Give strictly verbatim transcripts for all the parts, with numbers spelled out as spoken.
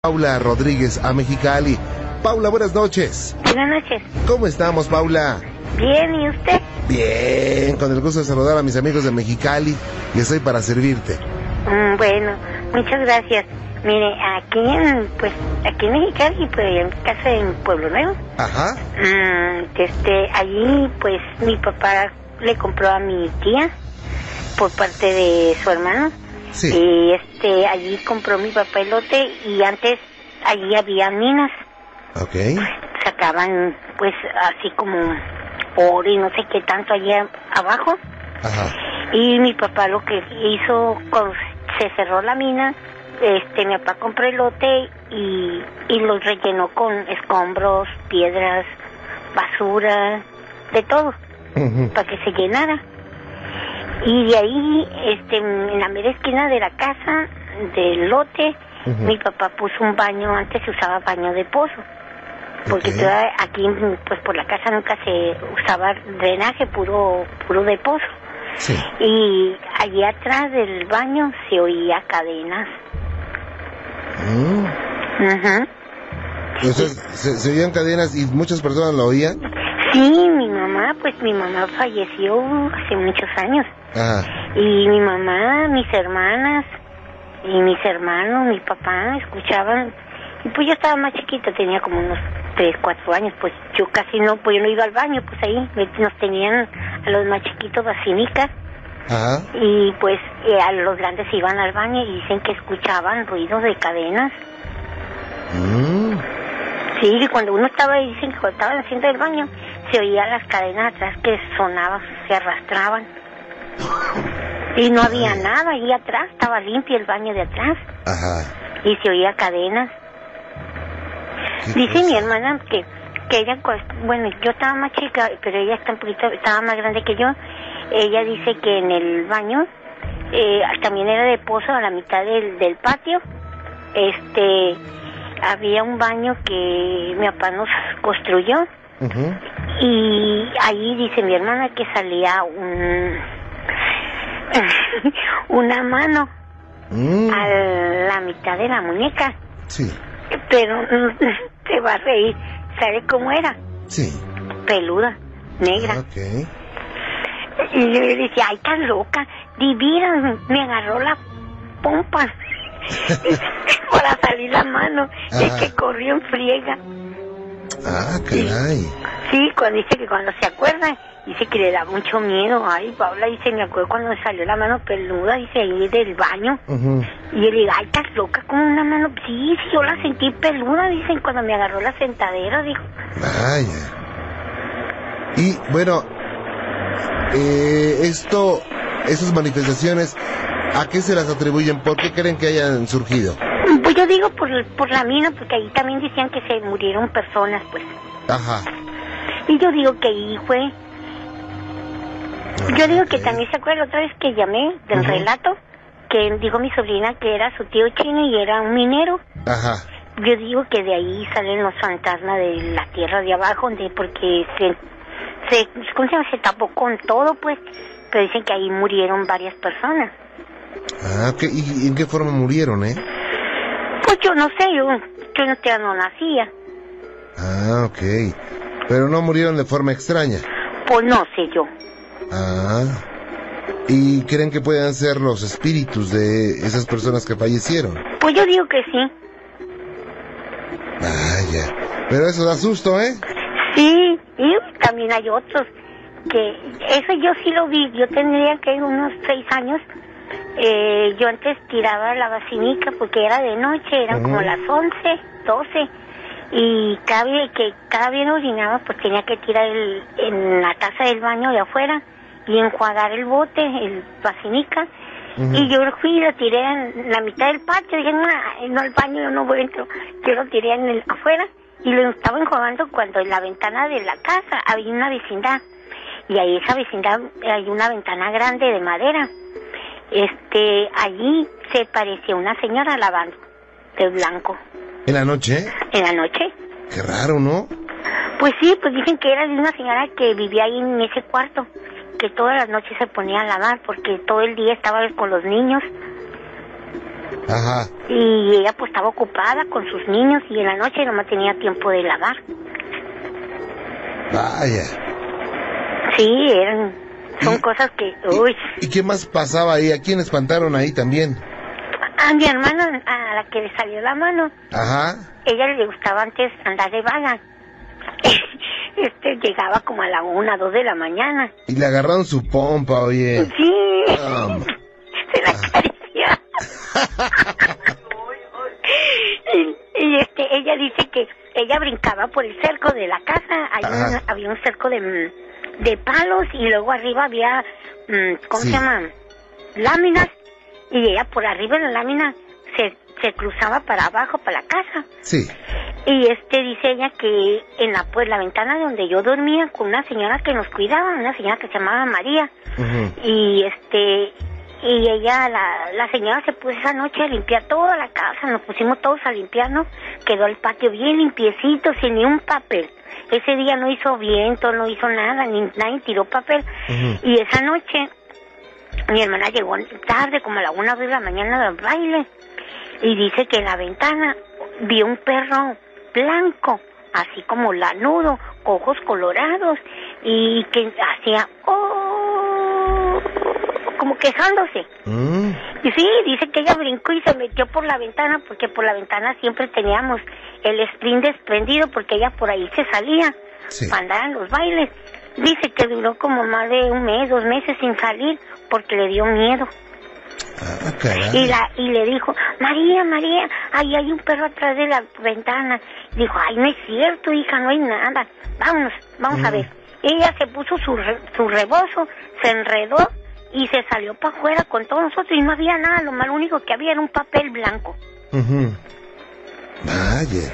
Paula Rodríguez a Mexicali. Paula, buenas noches. Buenas noches. ¿Cómo estamos, Paula? Bien, ¿y usted? Bien, con el gusto de saludar a mis amigos de Mexicali y estoy para servirte. Mm, bueno, muchas gracias. Mire, aquí en, pues, aquí en Mexicali, pues, en casa en Pueblo Nuevo. Ajá. Mm, este, allí, pues, mi papá le compró a mi tía por parte de su hermano. Sí. Y este, allí compró mi papá el lote y antes allí había minas. Ok. Sacaban, pues, así como oro y no sé qué tanto allá abajo. Ajá. Y mi papá lo que hizo, cuando se cerró la mina, este, mi papá compró el lote y, y los rellenó con escombros, piedras, basura, de todo, Uh-huh. para que se llenara. Y de ahí, este, en la mera esquina de la casa, del lote, Uh-huh. mi papá puso un baño. Antes se usaba baño de pozo, porque Ok. toda, aquí, pues por la casa nunca se usaba drenaje, puro, puro de pozo. Sí. Y allí atrás del baño se oía cadenas. Mm. Ajá. Entonces, se, se oían cadenas y muchas personas lo oían. Sí, mi mamá, pues mi mamá falleció hace muchos años. Ajá. Y mi mamá, mis hermanas y mis hermanos, mi papá, escuchaban. Y pues yo estaba más chiquita, tenía como unos tres, cuatro años. Pues yo casi no, pues yo no iba al baño, pues ahí nos tenían a los más chiquitos vacinicas. Ajá. Y pues eh, a los grandes iban al baño y dicen que escuchaban ruidos de cadenas. Mm. Sí, y cuando uno estaba ahí, dicen que cuando estaban haciendo el baño, se oían las cadenas atrás que sonaban, se arrastraban. Y no había nada ahí atrás, estaba limpio el baño de atrás. Ajá. Y se oía cadenas. ¿Qué Dice cosa? mi hermana que, que ella, pues, bueno, yo estaba más chica, pero ella está un poquito, estaba más grande que yo. Ella dice que en el baño, eh, también era de pozo a la mitad del, del patio, este, había un baño que mi papá nos construyó. Uh-huh. Y ahí dice mi hermana que salía un una mano Mm. a la mitad de la muñeca, Sí. pero mm, te va a reír. ¿Sabe cómo era? Sí. Peluda, negra. Ok. Y yo le decía, ay, tan loca, divina, me agarró la pompa para salir la mano. Es Ajá. que corrió en friega. Ah, caray. Sí, cuando dice que cuando se acuerda, dice que le da mucho miedo. Ay, Paula, dice, me acuerdo cuando salió la mano peluda, dice, ahí del baño. Uh-huh. Y yo le digo, ay, estás loca, como una mano. Sí, sí, yo la sentí peluda, dicen, cuando me agarró la sentadera, dijo. Vaya. Y bueno, eh, esto, esas manifestaciones, ¿a qué se las atribuyen? ¿Por qué creen que hayan surgido? Pues yo digo por, por la mina, porque ahí también decían que se murieron personas, pues. Ajá. Y yo digo que ahí fue. Yo digo que también se acuerda la otra vez que llamé del Ujú. relato, que dijo mi sobrina que era su tío chino y era un minero. Ajá. Yo digo que de ahí salen los fantasmas de la tierra de abajo, de porque se, se, ¿cómo se llama? Se tapó con todo, pues, pero dicen que ahí murieron varias personas. Ah, ok. ¿Y en qué forma murieron, eh? Pues yo no sé, yo, yo no, ya no nacía. Ah, ok. Pero no murieron de forma extraña. Pues no sé yo. Ah. ¿Y creen que puedan ser los espíritus de esas personas que fallecieron? Pues yo digo que sí. Vaya. Pero eso da susto, ¿eh? Sí, y también hay otros que eso yo sí lo vi. Yo tendría que unos seis años. Eh, yo antes tiraba la vacinica porque era de noche, eran Ujú. como las once, doce, y cada vez que cada vez orinaba, pues tenía que tirar el, en la taza del baño de afuera y enjuagar el bote, el vacinica. Ujú. Y yo fui y lo tiré en la mitad del patio. Dije, no, no al baño, yo no voy dentro. Yo lo tiré en el afuera y lo estaba enjuagando cuando en la ventana de la casa había una vecindad. Y ahí esa vecindad hay una ventana grande de madera. Este, allí se parecía una señora lavando de blanco ¿En la noche? en la noche. Qué raro, ¿no? Pues sí, pues dicen que era de una señora que vivía ahí en ese cuarto, que todas las noches se ponía a lavar porque todo el día estaba con los niños. Ajá. Y ella pues estaba ocupada con sus niños y en la noche nomás tenía tiempo de lavar. Vaya. Sí, eran, son ¿Y, cosas que, uy. ¿Y, ¿Y qué más pasaba ahí? ¿A quién espantaron ahí también? A mi hermana, a la que le salió la mano. Ajá. Ella le gustaba antes andar de vaga. Este llegaba como a la una, dos de la mañana. Y le agarraron su pompa, oye. Sí. Um. Se la acariciaba. y, y este, ella dice que ella brincaba por el cerco de la casa. Hay un, había un cerco de, de palos y luego arriba había, ¿cómo sí. se llama? Láminas. Y ella por arriba de la lámina se, se cruzaba para abajo, para la casa. Sí. Y este dice ella que en la pues la ventana donde yo dormía con una señora que nos cuidaba, una señora que se llamaba María. Uh-huh. Y este y ella la la señora se puso esa noche a limpiar toda la casa, nos pusimos todos a limpiar, ¿no? Quedó el patio bien limpiecito, sin ni un papel. Ese día no hizo viento, no hizo nada, ni nadie tiró papel. Uh-huh. Y esa noche mi hermana llegó tarde, como a la una de la mañana del baile, y dice que en la ventana vio un perro blanco, así como lanudo, ojos colorados, y que hacía oh, como quejándose. Mm. Y sí, dice que ella brincó y se metió por la ventana, porque por la ventana siempre teníamos el sprint desprendido, porque ella por ahí se salía sí. para andar en los bailes. Dice que duró como más de un mes, dos meses sin salir, porque le dio miedo. Ah, caray. Y, la, y le dijo, María, María, ahí hay un perro atrás de la ventana. Dijo, ay, no es cierto, hija, no hay nada. Vámonos, vamos mm. a ver. Ella se puso su, re, su rebozo, se enredó y se salió para afuera con todos nosotros y no había nada. Lo más único que había era un papel blanco. Uh-huh. Vaya.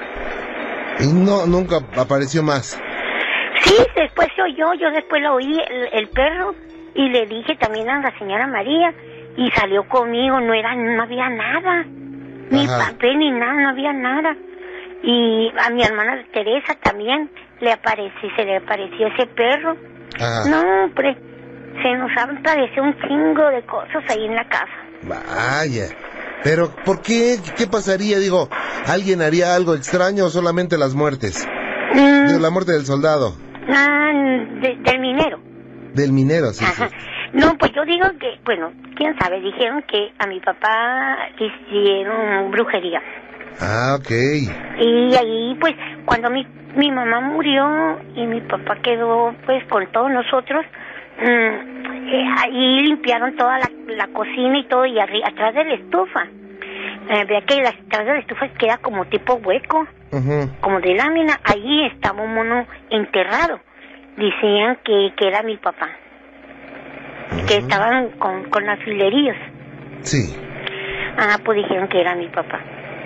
Y no, nunca apareció más. Sí, después se oyó, yo después lo oí, el, el perro, y le dije también a la señora María, y salió conmigo, no era, no había nada, ni Ajá. papel ni nada, no había nada. Y a mi hermana Teresa también le apareció, se le apareció ese perro. Ajá. No, hombre, se nos apareció un chingo de cosas ahí en la casa. Vaya, pero ¿por qué? ¿Qué pasaría? Digo, ¿alguien haría algo extraño o solamente las muertes? Mm. Digo, la muerte del soldado. Ah, de, del minero. Del minero, sí, Ajá. sí. No, pues yo digo que, bueno, quién sabe, dijeron que a mi papá hicieron brujería. Ah, ok. Y ahí, pues, cuando mi, mi mamá murió y mi papá quedó, pues, con todos nosotros, mmm, eh, ahí limpiaron toda la, la cocina y todo, y arriba, atrás de la estufa. Eh, vea que la, atrás de la estufa queda como tipo hueco, uh-huh. como de lámina. Allí estaba un mono enterrado. Decían que, que era mi papá. Uh-huh. Que estaban con, con alfileríos. Sí. Ah, pues dijeron que era mi papá.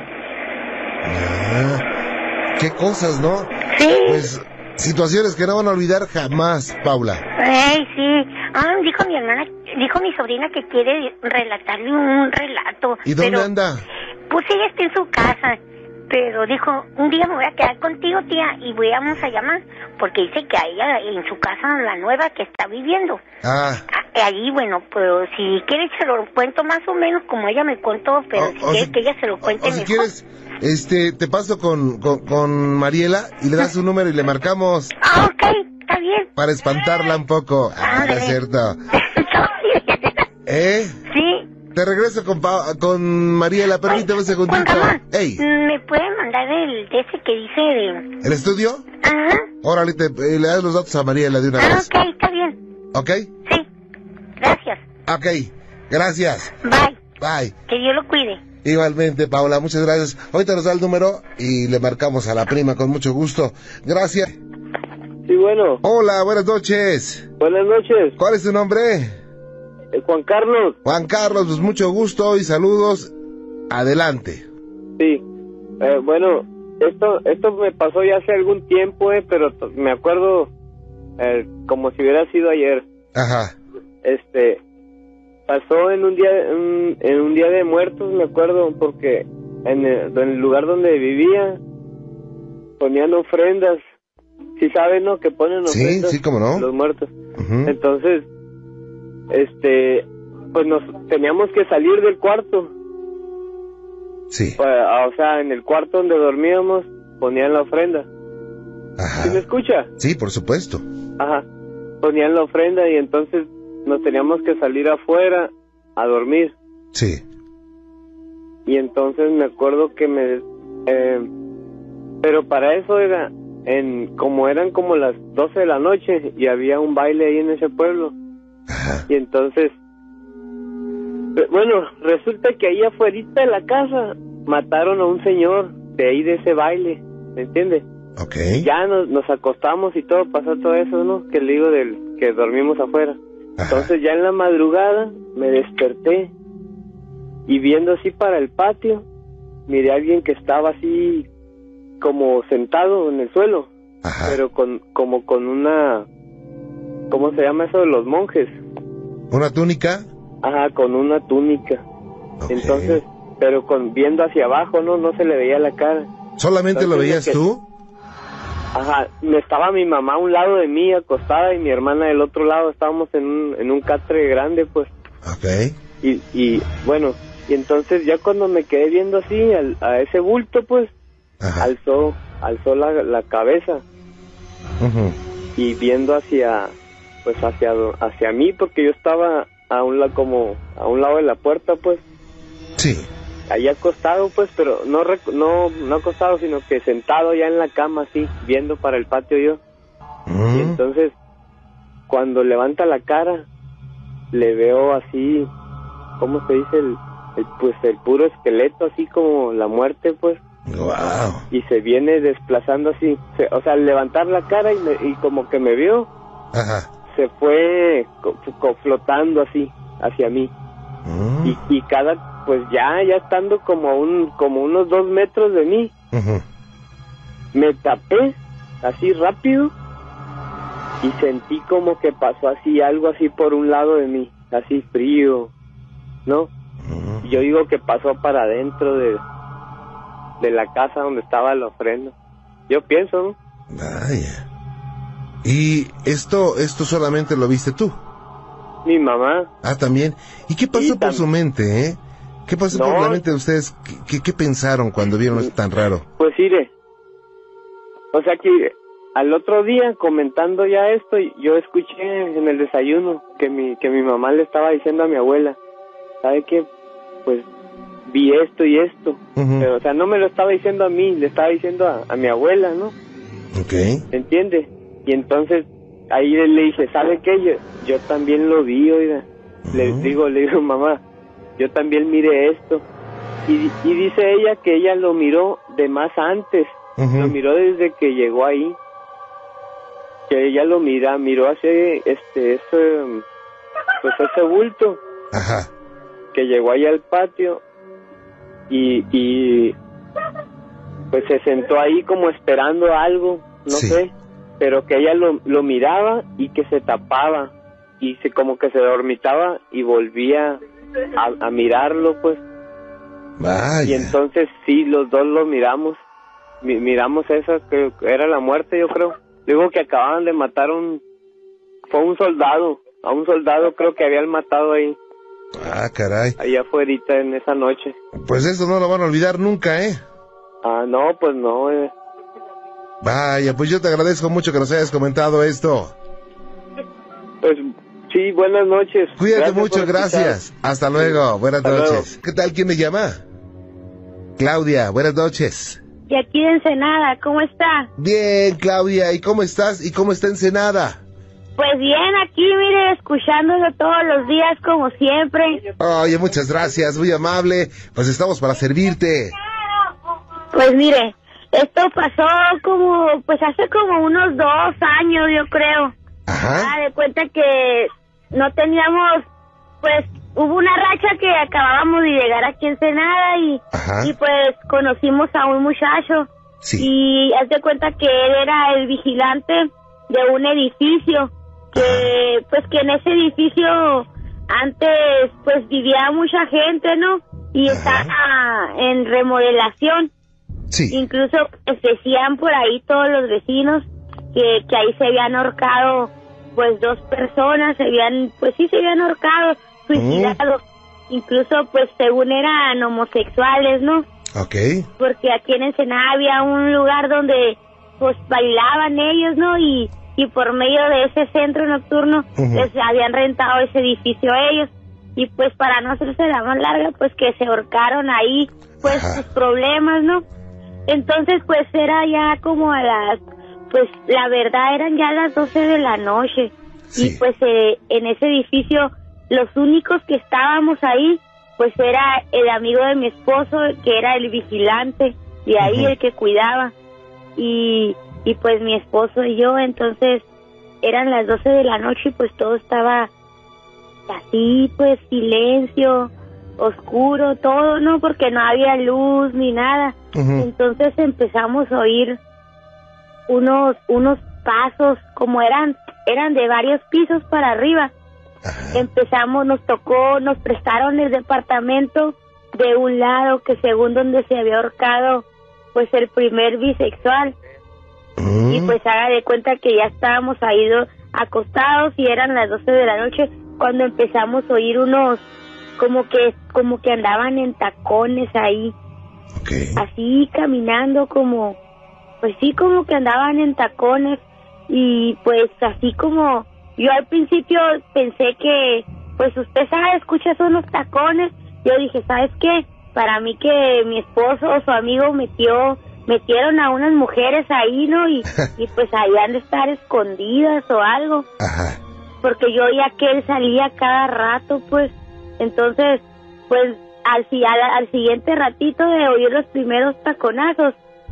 Ah, qué cosas, ¿no? Sí. Pues situaciones que no van a olvidar jamás, Paula. Ay, sí. Ah, dijo mi hermana, dijo mi sobrina que quiere relatarle un relato. ¿Y dónde pero, anda? Pues ella está en su casa. Pero dijo, un día me voy a quedar contigo, tía, y voy a, vamos a llamar, porque dice que a ella, en su casa, la nueva que está viviendo. Ah. Allí, bueno, pero si quieres se lo cuento más o menos como ella me contó, pero o, si o quieres si, que ella se lo cuente o, o si mejor. Quieres, este, te paso con, con, con Mariela y le das su número y le marcamos. Ah, ok, está bien. Para espantarla un poco. Ah, no es cierto. ¿Eh? Sí. Te regreso con, pa con Mariela, permíteme un segundito. Ey. ¿Me pueden mandar el de ese que dice de... ¿El estudio? Ajá. Órale, te, eh, le das los datos a Mariela de una ah, vez. Ah, ok, está bien. ¿Ok? Sí, gracias. Ok, gracias. Bye. Bye. Que Dios lo cuide. Igualmente, Paula, muchas gracias. Ahorita nos da el número y le marcamos a la prima con mucho gusto. Gracias. Sí, bueno. Hola, buenas noches. Buenas noches. ¿Cuál es tu nombre? Juan Carlos. Juan Carlos, pues mucho gusto y saludos. Adelante. Sí, eh, bueno, esto esto me pasó ya hace algún tiempo, eh, pero me acuerdo eh, como si hubiera sido ayer. Ajá. Este, pasó en un día en, en un día de muertos, me acuerdo, porque en el, en el lugar donde vivía ponían ofrendas. Sí saben, ¿no? Que ponen ofrendas. Sí, sí, cómo no. Los muertos. Uh-huh. Entonces, este, pues nos teníamos que salir del cuarto Sí. Pues, o sea, en el cuarto donde dormíamos ponían la ofrenda. Ajá. ¿Sí me escucha? Sí, por supuesto. Ajá. Ponían la ofrenda y entonces nos teníamos que salir afuera a dormir. Sí. Y entonces me acuerdo que me... Eh, pero para eso era... En, como eran como las doce de la noche y había un baile ahí en ese pueblo. Ajá. Y entonces... Bueno, resulta que ahí afuerita de la casa mataron a un señor de ahí de ese baile, ¿me entiendes? Ok. Ya nos, nos acostamos y todo, pasó todo eso, ¿no? Que le digo del que dormimos afuera. Ajá. Entonces ya en la madrugada me desperté y viendo así para el patio, miré a alguien que estaba así como sentado en el suelo, Ajá. pero con como con una... ¿Cómo se llama eso de los monjes? ¿Una túnica? Ajá, con una túnica. Ok. Entonces, pero con viendo hacia abajo, ¿no? No se le veía la cara. ¿Solamente Entonces, lo veías que- tú? Ajá, me estaba mi mamá a un lado de mí acostada y mi hermana del otro lado. Estábamos en un, en un catre grande, pues. Ok. Y, y bueno, y entonces ya cuando me quedé viendo así al- a ese bulto, pues, Ajá. alzó, alzó la, la cabeza Ujú. y viendo hacia, pues hacia, do- hacia mí, porque yo estaba a un lado, como a un lado de la puerta, pues. Sí. Ahí acostado, pues, pero no, rec- no no acostado, sino que sentado ya en la cama, así, viendo para el patio yo. Y Mm. entonces, cuando levanta la cara, le veo así, ¿cómo se dice? El, el, pues el puro esqueleto, así como la muerte, pues, Wow. y se viene desplazando así. Se- o sea, al levantar la cara y, me- y como que me vio, Ajá. se fue co- co- flotando así, hacia mí. Mm. Y, y cada, pues ya, ya estando como a un, como unos dos metros de mí, Ujú. me tapé así rápido y sentí como que pasó así algo así por un lado de mí, así frío, ¿no? Mm. Y yo digo que pasó para adentro de, de la casa donde estaba la ofrenda. Yo pienso, ¿no? Vaya. ¿Y esto, esto solamente lo viste tú? Mi mamá, Ah, también. ¿Y qué pasó Sí, por tam- su mente, eh? ¿Qué pasó por No. la mente de ustedes? ¿Qué, qué, qué pensaron cuando vieron esto tan raro? pues mire, o sea que al otro día comentando ya esto, yo escuché en el desayuno que mi, que mi mamá le estaba diciendo a mi abuela, ¿sabe qué? Pues vi esto y esto. Ujú. Pero, o sea, no me lo estaba diciendo a mí, le estaba diciendo a, a mi abuela, ¿no? Ok. ¿Entiende? Y entonces, ahí le dije, ¿sabe qué? Yo, yo también lo vi, oiga. Le Ujú. digo, le digo, mamá, yo también miré esto. Y, y dice ella que ella lo miró de más antes. Ujú. Lo miró desde que llegó ahí. Que ella lo mira, miró hace, este, ese, pues ese bulto Ajá. que llegó ahí al patio y, y pues se sentó ahí como esperando algo, no Sí. sé, pero que ella lo, lo miraba y que se tapaba y se como que se dormitaba y volvía a, a mirarlo, pues. Vaya. Y entonces sí, los dos lo miramos, mi- miramos esa que era la muerte, yo creo. Digo que acababan de matar un, fue un soldado, a un soldado creo que habían matado ahí, Ah, caray. allá afuera en esa noche. Pues eso no lo van a olvidar nunca, ¿eh? Ah, no, pues no, eh. Vaya, pues yo te agradezco mucho que nos hayas comentado esto. Pues sí, buenas noches. Cuídate Gracias mucho, por gracias. Hasta luego, buenas Hasta luego. noches. ¿Qué tal? ¿Quién me llama? Claudia, buenas noches. Y aquí de Ensenada, ¿cómo está? Bien, Claudia, ¿y cómo estás? ¿Y cómo está Ensenada? Pues bien, aquí, mire, escuchándolo todos los días como siempre. Oye, muchas gracias, muy amable. Pues estamos para servirte. Pues mire, esto pasó como, pues hace como unos dos años, yo creo. Ajá. Ah, de cuenta que no teníamos, pues hubo una racha que acabábamos de llegar aquí en Ensenada y, Ajá. y pues conocimos a un muchacho. Sí. Y haz de cuenta que él era el vigilante de un edificio, que pues que en ese edificio antes pues vivía mucha gente, ¿no? Y Ajá. estaba en remodelación. Sí. Incluso pues, decían por ahí todos los vecinos que, que ahí se habían ahorcado pues dos personas, se habían, pues sí se habían ahorcado, suicidado. Incluso pues según eran homosexuales, ¿no? Okay. Porque aquí en Ensenada había un lugar donde pues bailaban ellos, ¿no? Y, y por medio de ese centro nocturno uh-huh. les habían rentado ese edificio a ellos. Y pues para no hacerse la más larga, pues que se ahorcaron ahí, pues Ajá. sus problemas, ¿no? Entonces pues era ya como a las, pues la verdad eran ya las doce de la noche. Sí. Y pues eh, en ese edificio los únicos que estábamos ahí, pues era el amigo de mi esposo, que era el vigilante, y ahí uh-huh. el que cuidaba. Y, y pues mi esposo y yo, entonces eran las doce de la noche y pues todo estaba así, pues silencio, oscuro, todo, ¿no? Porque no había luz ni nada. Uh-huh. Entonces empezamos a oír unos unos pasos, como eran eran de varios pisos para arriba. Uh-huh. Empezamos, nos tocó, nos prestaron el departamento de un lado, que según donde se había ahorcado pues el primer bisexual. Uh-huh. Y pues haga de cuenta que ya estábamos ahí do, acostados y eran las doce de la noche cuando empezamos a oír unos como que como que andaban en tacones ahí. Okay. Así caminando como pues sí, como que andaban en tacones. Y pues así como yo al principio pensé que pues usted sabe, escuchas unos tacones. Yo dije, ¿sabes qué? Para mí que mi esposo o su amigo metió metieron a unas mujeres ahí, ¿no? Y, y pues ahí han de estar escondidas o algo. Ajá. Porque yo ya que él salía cada rato, pues, entonces, pues, al, al, al siguiente ratito de oír los primeros taconazos,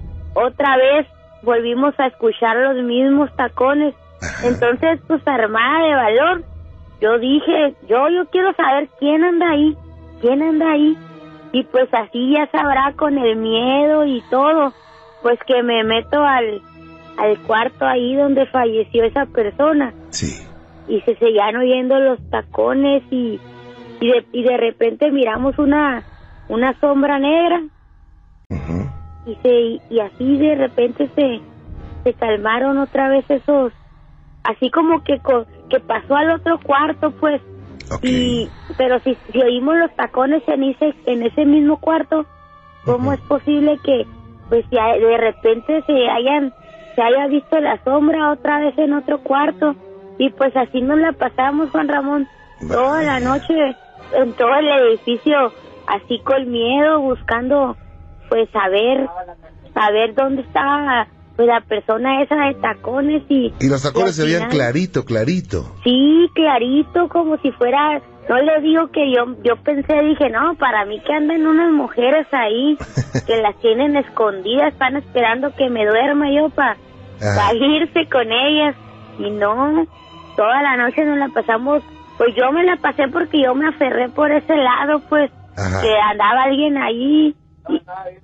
otra vez volvimos a escuchar los mismos tacones. Ajá. Entonces, pues, armada de valor, yo dije, yo, yo quiero saber quién anda ahí, quién anda ahí. Y pues así ya sabrá, con el miedo y todo, pues que me meto al, al cuarto ahí donde falleció esa persona. Sí. Y se seguían oyendo los tacones y, y, de, y de repente miramos una, una sombra negra. Uh-huh. Y se y así de repente se, se calmaron otra vez esos, así como que, que pasó al otro cuarto, pues. Okay. Y pero si, si oímos los tacones en ese en ese mismo cuarto, ¿cómo uh-huh. es posible que pues ya de repente se hayan se haya visto la sombra otra vez en otro cuarto? Y pues así nos la pasamos, Juan Ramón, toda la noche en todo el edificio, así con miedo, buscando pues saber saber dónde estaba pues la persona esa de tacones. Y y los tacones se veían clarito, clarito. Sí, clarito, como si fuera, no le digo que yo yo pensé, dije, no, para mí que andan unas mujeres ahí, que las tienen escondidas, están esperando que me duerma yo para pa irse con ellas. Y no, toda la noche nos la pasamos, pues yo me la pasé porque yo me aferré por ese lado, pues, Ajá. que andaba alguien ahí. Y,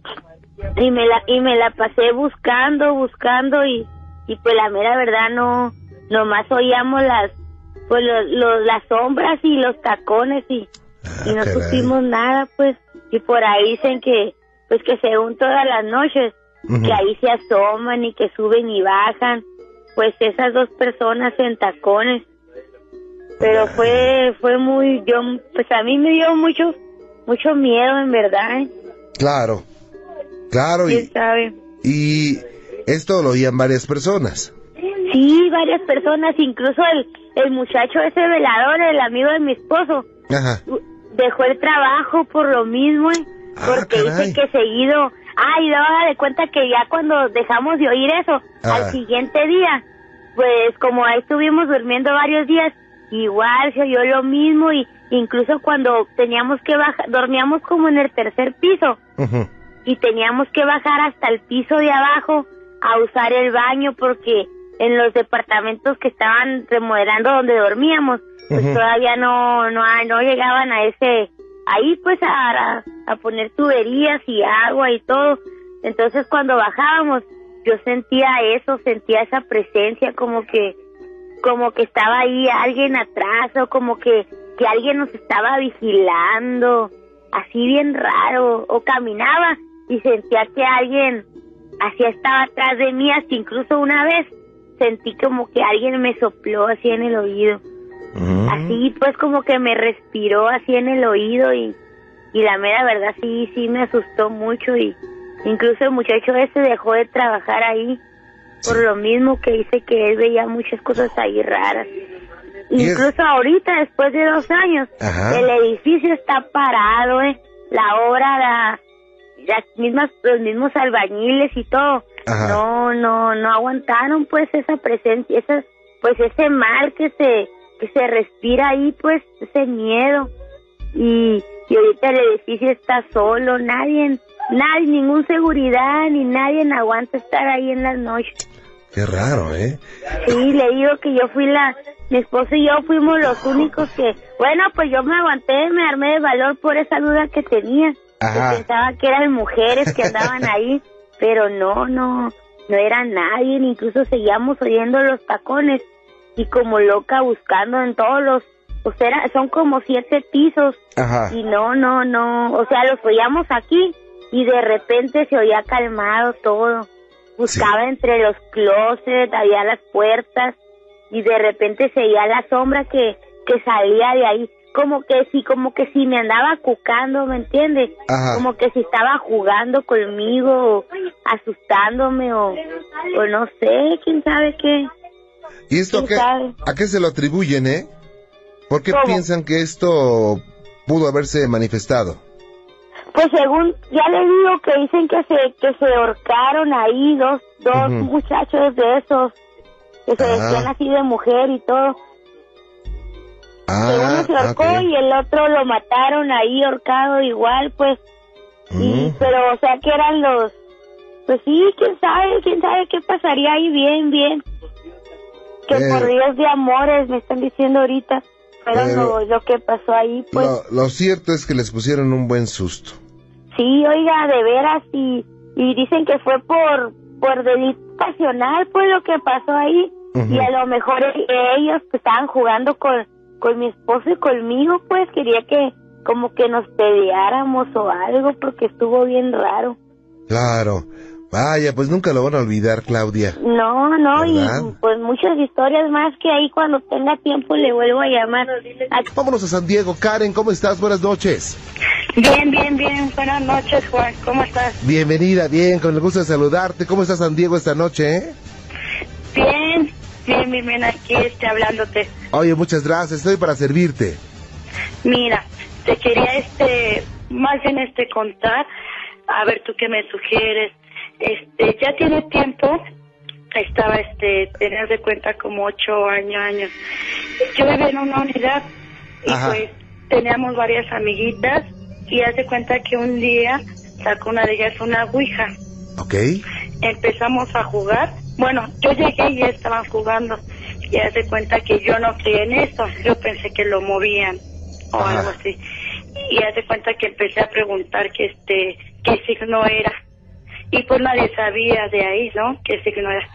y me la y me la pasé buscando buscando y y pues la mera verdad no nomás oíamos las pues los, los las sombras y los tacones y, ah, y no caray. supimos nada, pues. Y por ahí dicen que pues que según todas las noches uh-huh. que ahí se asoman y que suben y bajan pues esas dos personas en tacones. Pero fue fue muy yo pues a mí me dio mucho mucho miedo, en verdad, ¿eh? Claro, claro. ¿Quién y, sabe? Y esto lo oían varias personas. Sí, varias personas, incluso el, el muchacho ese velador, el amigo de mi esposo, Ajá. dejó el trabajo por lo mismo, ¿eh? Porque ah, dice que seguido, ay, no, haga de cuenta que ya cuando dejamos de oír eso, ah. al siguiente día, pues como ahí estuvimos durmiendo varios días, igual se oyó lo mismo. Y incluso cuando teníamos que bajar, dormíamos como en el tercer piso uh-huh. y teníamos que bajar hasta el piso de abajo a usar el baño, porque en los departamentos que estaban remodelando donde dormíamos, pues uh-huh. todavía no, no no llegaban a ese, ahí pues a, a poner tuberías y agua y todo. Entonces cuando bajábamos yo sentía eso, sentía esa presencia, como que como que estaba ahí alguien atrás, o como que que alguien nos estaba vigilando, así bien raro, o caminaba y sentía que alguien así estaba atrás de mí. Hasta incluso una vez sentí como que alguien me sopló así en el oído, mm. así pues como que me respiró así en el oído. Y y la mera verdad sí, sí me asustó mucho, y incluso el muchacho ese dejó de trabajar ahí por lo mismo, que dice que él veía muchas cosas ahí raras. Incluso es... ahorita, después de dos años, Ajá. el edificio está parado, eh, la obra, la, las mismas, los mismos albañiles y todo, Ajá. no, no, no aguantaron pues esa presencia, esa, pues ese mal que se, que se respira ahí, pues ese miedo, y, y ahorita el edificio está solo, nadie, nadie, ningún seguridad ni nadie aguanta estar ahí en las noches. Qué raro, ¿eh? Sí, le digo que yo fui la, mi esposo y yo fuimos los únicos que, bueno, pues yo me aguanté, me armé de valor por esa duda que tenía. Ajá. Que pensaba que eran mujeres que andaban ahí, pero no, no, no era nadie, incluso seguíamos oyendo los tacones y como loca buscando en todos los, o sea, era, son como siete pisos. Ajá. Y no, no, no, o sea, los oíamos aquí y de repente se oía calmado todo. Buscaba sí. entre los closets, había las puertas y de repente se veía la sombra que, que salía de ahí, como que si, como que si me andaba cucando, ¿me entiendes? Ajá. Como que si estaba jugando conmigo, o asustándome, o, o no sé, quién sabe qué. ¿Y esto a qué, a qué se lo atribuyen, eh? ¿Por qué ¿Cómo? piensan que esto pudo haberse manifestado? Pues según, ya les digo que dicen que se que se ahorcaron ahí dos dos uh-huh. muchachos de esos, que se vestían así de mujer y todo. Ah, uno se ahorcó okay. y el otro lo mataron ahí ahorcado igual, pues. Uh-huh. Y, pero, o sea, que eran los, pues sí, quién sabe, quién sabe qué pasaría ahí, bien, bien. Que pero, por Dios de amores, me están diciendo ahorita. Pero, pero lo, lo que pasó ahí, pues... Lo, lo cierto es que les pusieron un buen susto. Sí, oiga, de veras, y, y dicen que fue por por delito pasional, pues, lo que pasó ahí. Uh-huh. Y a lo mejor ellos pues, estaban jugando con, con mi esposo y conmigo, pues, quería que como que nos peleáramos o algo, porque estuvo bien raro. Claro. Vaya, pues nunca lo van a olvidar, Claudia. No, no, ¿verdad? Y pues muchas historias más que ahí cuando tenga tiempo le vuelvo a llamar. Vámonos a San Diego. Karen, ¿cómo estás? Buenas noches. Bien, bien, bien. Buenas noches, Juan. ¿Cómo estás? Bienvenida, bien, con el gusto de saludarte. ¿Cómo está San Diego esta noche, eh? Bien, bien, bien, bien, aquí este, hablándote. Oye, muchas gracias. Estoy para servirte. Mira, te quería, este, más bien, este, contar, a ver, tú qué me sugieres. Este, ya tiene tiempo, estaba, este, tenías de cuenta como ocho años, años. Yo vivía en una unidad y Ajá. pues teníamos varias amiguitas y haz de cuenta que un día sacó una de ellas una ouija. Ok. Empezamos a jugar, bueno, yo llegué y ya estaban jugando y haz de cuenta que yo no creía en eso, yo pensé que lo movían o Ajá. algo así. Y haz de cuenta que empecé a preguntar que este, qué signo era. Y pues nadie sabía de ahí, ¿no? Qué signo era.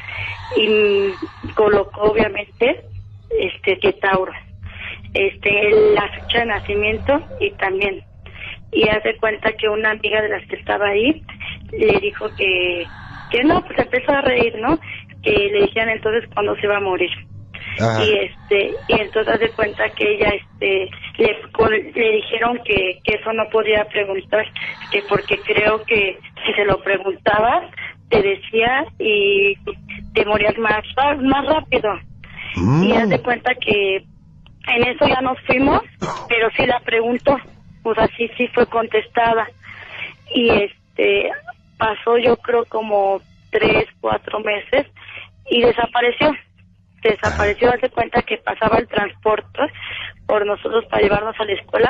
Y colocó, obviamente, este, que Tauro. Este, la fecha de nacimiento y también. Y hace cuenta que una amiga de las que estaba ahí le dijo que, que no, pues empezó a reír, ¿no? Que le dijeron entonces cuándo se iba a morir. Ajá. Y este, y entonces hace cuenta que ella, este, le, le dijeron que, que eso no podía preguntar, que porque creo que si se lo preguntabas, te decía y te morías más, más rápido. Mm. Y haz de cuenta que en eso ya nos fuimos, pero sí la preguntó, pues así sí fue contestada. Y este, pasó yo creo como tres, cuatro meses y desapareció. Desapareció, hace cuenta que pasaba el transporte por nosotros para llevarnos a la escuela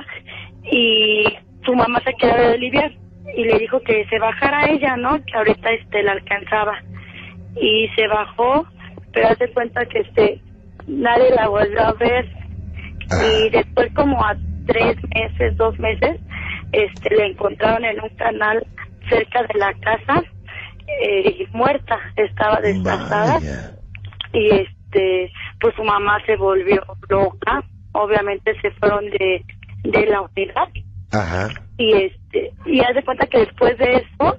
y su mamá se quedó de aliviar y le dijo que se bajara ella, ¿no? Que ahorita este la alcanzaba y se bajó, pero hace cuenta que este nadie la volvió a ver y después como a tres meses, dos meses, este la encontraron en un canal cerca de la casa eh, muerta, estaba despazada y este Este, pues su mamá se volvió loca, obviamente se fueron de, de la unidad. Ajá. Y este, y haz de cuenta que después de eso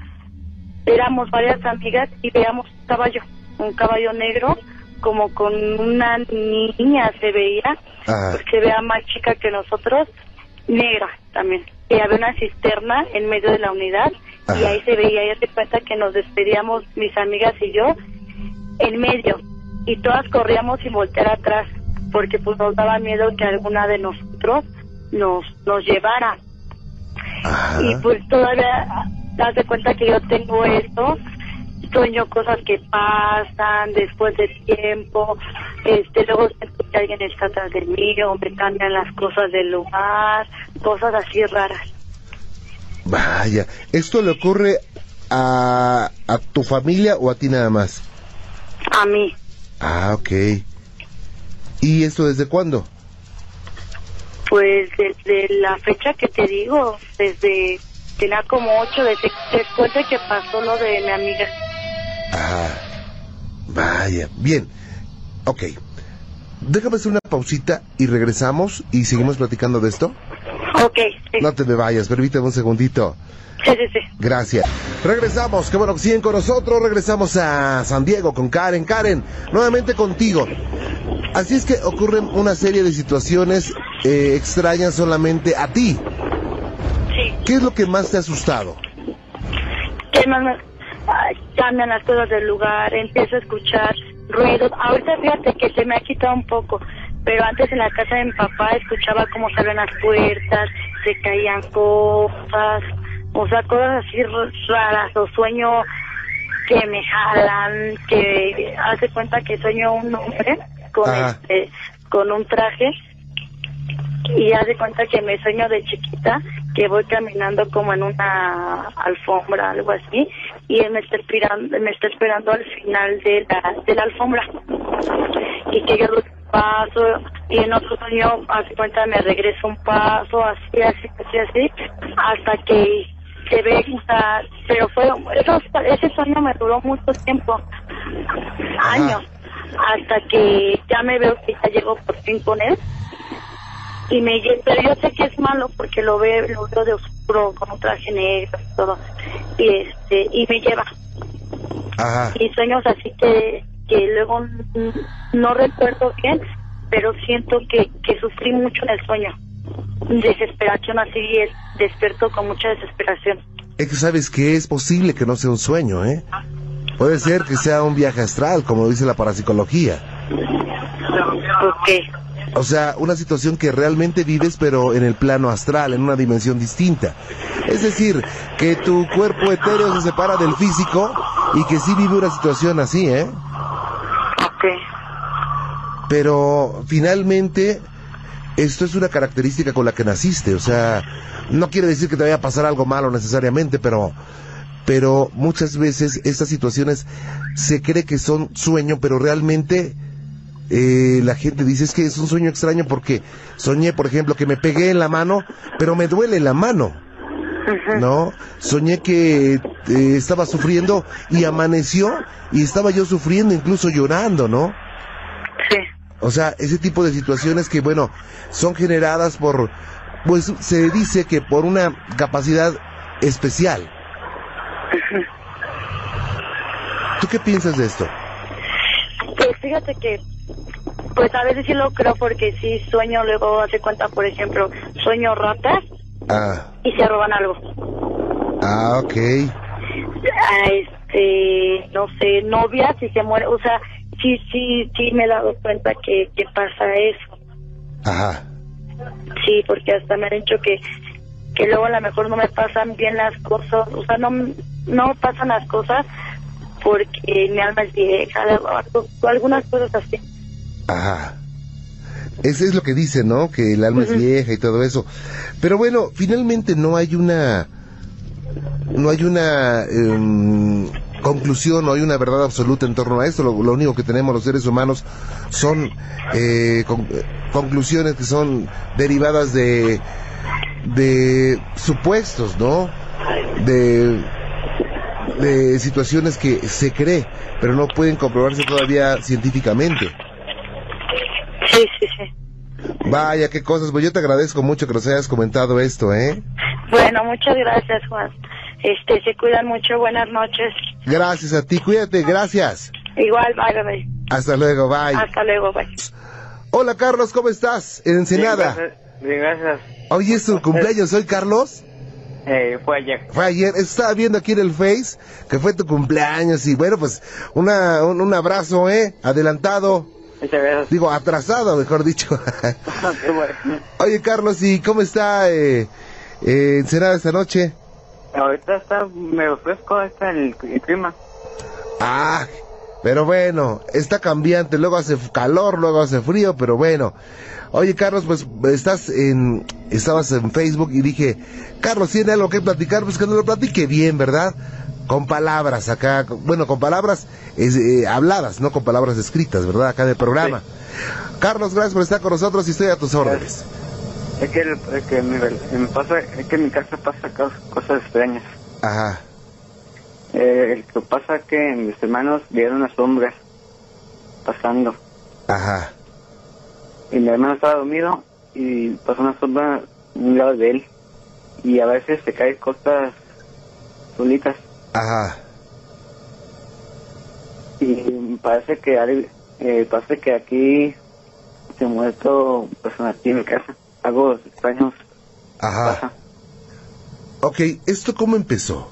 éramos varias amigas y veíamos un caballo, un caballo negro, como con una niña se veía, Ajá. Pues se veía más chica que nosotros, negra también. Y había una cisterna en medio de la unidad. Ajá. Y ahí se veía, y se cuenta que nos despedíamos mis amigas y yo en medio, y todas corríamos sin voltear atrás, porque pues nos daba miedo que alguna de nosotros nos nos llevara. Ajá. Y pues todavía, das de cuenta que yo tengo esto, sueño cosas que pasan después de tiempo, este luego siento que alguien está atrás de mí, o me cambian las cosas del lugar, cosas así raras. Vaya, ¿esto le ocurre a, a tu familia o a ti nada más? A mí. Ah, ok. ¿Y esto desde cuándo? Pues desde la fecha que te digo, desde, tenía como ocho, desde, después de que pasó lo de mi amiga. Ah, vaya, bien, ok. Déjame hacer una pausita y regresamos y seguimos platicando de esto. Ok, sí. No te me vayas, permíteme un segundito. Sí, sí, sí. Gracias. Regresamos, qué bueno que siguen con nosotros. Regresamos a San Diego con Karen. Karen, nuevamente contigo. Así es que ocurren una serie de situaciones eh, extrañas solamente a ti. Sí. ¿Qué es lo que más te ha asustado? ¿Qué más me... Ay, cambian las cosas del lugar, empiezo a escuchar ruidos. Ahorita fíjate que se me ha quitado un poco, pero antes en la casa de mi papá escuchaba cómo se abren las puertas, se caían cosas, o sea, cosas así raras, o sueño que me jalan, que hace cuenta que sueño un hombre con este, con un traje, y hace cuenta que me sueño de chiquita que voy caminando como en una alfombra, algo así, y él me está esperando, me está esperando al final de la, de la alfombra, y que yo paso, y en otro sueño, hace cuenta, me regreso un paso, así, así, así, así, hasta que se ve, o sea, pero fue, eso, ese sueño me duró mucho tiempo, años, hasta que ya me veo que ya llego por fin con él, y me pero yo sé que es malo porque lo veo, lo veo de oscuro, con un traje negro y todo, y este, y me lleva. Ajá. Y sueños así que, que luego no recuerdo bien, pero siento que, que sufrí mucho en el sueño. Desesperación, así, es, despierto con mucha desesperación. Es que sabes que es posible que no sea un sueño, ¿eh? Puede ser que sea un viaje astral, como dice la parapsicología. ¿Por qué? O sea, una situación que realmente vives, pero en el plano astral, en una dimensión distinta. Es decir, que tu cuerpo etéreo se separa del físico y que sí vive una situación así, ¿eh? Ok. Pero finalmente, esto es una característica con la que naciste. O sea, no quiere decir que te vaya a pasar algo malo necesariamente, pero... Pero muchas veces estas situaciones se cree que son sueño, pero realmente... Eh, la gente dice es que es un sueño extraño porque soñé, por ejemplo, que me pegué en la mano, pero me duele la mano, uh-huh. ¿no? Soñé que eh, estaba sufriendo y amaneció y estaba yo sufriendo, incluso llorando, ¿no? Sí. O sea, ese tipo de situaciones que, bueno, son generadas por, pues se dice que por una capacidad especial. Uh-huh. ¿Tú qué piensas de esto? Pues fíjate que pues a veces sí lo creo porque sí sueño, luego hace cuenta, por ejemplo, sueño ratas ah. y se roban algo. Ah, ok. Ah, este, no sé, novias y se muere, o sea, sí, sí, sí me he dado cuenta que, que pasa eso. Ajá. Sí, porque hasta me han dicho que, que luego a lo mejor no me pasan bien las cosas, o sea, no, no pasan las cosas porque mi alma es vieja, algunas cosas así. Ajá. Eso es lo que dicen, ¿no? Que el alma uh-huh. es vieja y todo eso. Pero bueno, finalmente no hay una... No hay una um, conclusión, no hay una verdad absoluta en torno a esto. Lo, lo único que tenemos los seres humanos son eh, con, conclusiones que son derivadas de... de supuestos, ¿no? De... de situaciones que se cree, pero no pueden comprobarse todavía científicamente. Sí, sí, sí. Vaya, qué cosas. Pues yo te agradezco mucho que nos hayas comentado esto, ¿eh? Bueno, muchas gracias, Juan. Este, se cuidan mucho. Buenas noches. Gracias a ti. Cuídate. Gracias. Igual, bye, bye. Hasta luego, bye. Hasta luego, bye. Hola, Carlos, ¿cómo estás? En Ensenada. Bien, gracias, Bien, gracias. Oye, ¿es tu cumpleaños hoy, Carlos? Eh, fue ayer. Fue ayer, estaba viendo aquí en el Face que fue tu cumpleaños y bueno, pues una, un, un abrazo, ¿eh? Adelantado. Muchas gracias. Digo, atrasado, mejor dicho. Qué bueno. Oye, Carlos, ¿y cómo está eh, eh, Ensenada esta noche? Ahorita está medio fresco, está el, el clima. Ah, pero bueno, está cambiante, luego hace calor, luego hace frío, pero bueno. Oye, Carlos, pues estás en, estabas en Facebook y dije, Carlos, ¿tiene algo que platicar? Pues que no lo platique bien, ¿verdad? Con palabras acá, bueno, con palabras es, eh, habladas, no con palabras escritas, ¿verdad? Acá en el programa. Sí. Carlos, gracias por estar con nosotros y estoy a tus órdenes. Es que, es que, mi, me pasa, es que en mi casa pasa cosas extrañas. Ajá. Eh, lo que pasa es que mis hermanos vieron una sombra pasando. Ajá. Y mi hermano estaba dormido y pasó una sombra a un lado de él. Y a veces se caen cosas solitas. Ajá. Y parece que eh, parece que aquí se ha muerto personas aquí en mi casa. Algo extraño. Ajá. Pasa. Ok, ¿esto cómo empezó?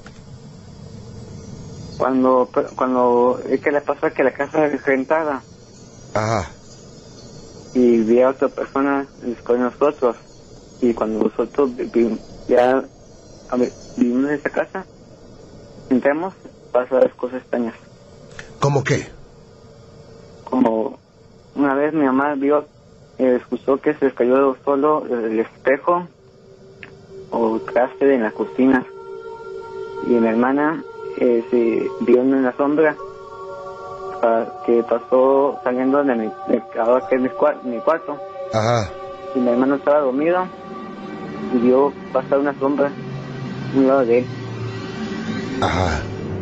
Cuando, cuando, es que le pasa que la casa es rentada. Ajá. Y vi a otra persona con nosotros. Y cuando nosotros ya a ver, vivimos en esa casa, entramos, pasan las cosas extrañas. ¿Cómo qué? Como una vez mi mamá vio, eh, escuchó que se cayó solo el espejo o traste en la cocina. Y mi hermana eh, se vio en la sombra que pasó saliendo de mi, de, ahora que es mi, mi cuarto. Ajá. Y mi hermano estaba dormido y vio pasar una sombra a un lado de él. Ajá.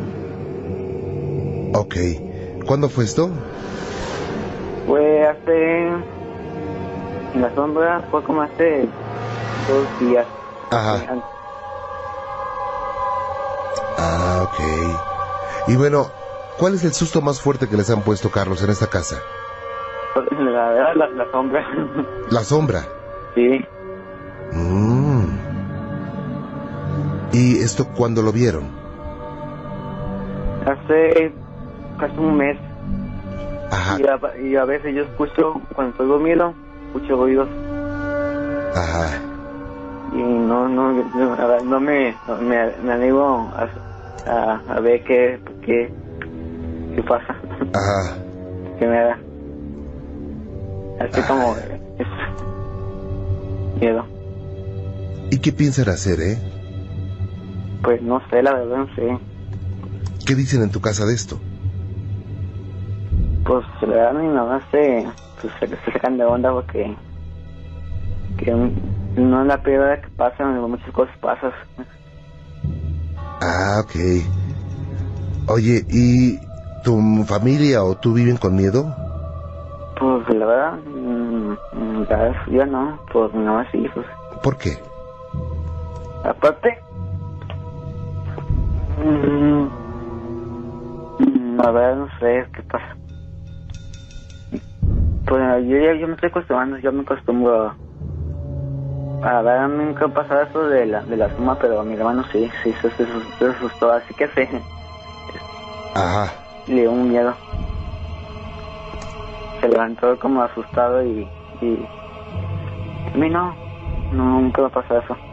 Ok. ¿Cuándo fue esto? Fue hace... En la sombra fue como hace dos días. Ajá. Ah, ok. Y bueno, ¿cuál es el susto más fuerte que les han puesto, Carlos, en esta casa? La verdad, la, la sombra. ¿La sombra? Sí. Mm. ¿Y esto cuándo lo vieron? Hace casi un mes. Ajá. Y a, y a veces yo escucho, cuando estoy dormido, escucho ruidos. Ajá. Y no, no, no, no me, no, me, me animo a, a, a ver qué, qué, qué pasa. Ajá. Que me da. Así Ajá. como es miedo. ¿Y qué piensan hacer, eh? Pues no sé, la verdad no sé. ¿Qué dicen en tu casa de esto? Pues la verdad mi mamá se, pues, se, se sacan de onda porque que no es la primera vez que pasan, muchas cosas pasan. Ah, ok. Oye, ¿y tu familia o tú viven con miedo? Pues la verdad, mmm, yo no, pues mi mamá sí, pues. ¿Por qué? Aparte, mmm, la verdad no sé qué pasa. Pues yo ya yo me estoy acostumbrando, yo me acostumbro a... A ver, a mí nunca ha pasado eso de la, de la suma, pero a mi hermano sí, sí, se, se, se asustó, así que sí. Ajá. Le dio un miedo. Se levantó como asustado y... y a mí no, no, nunca me ha pasado eso.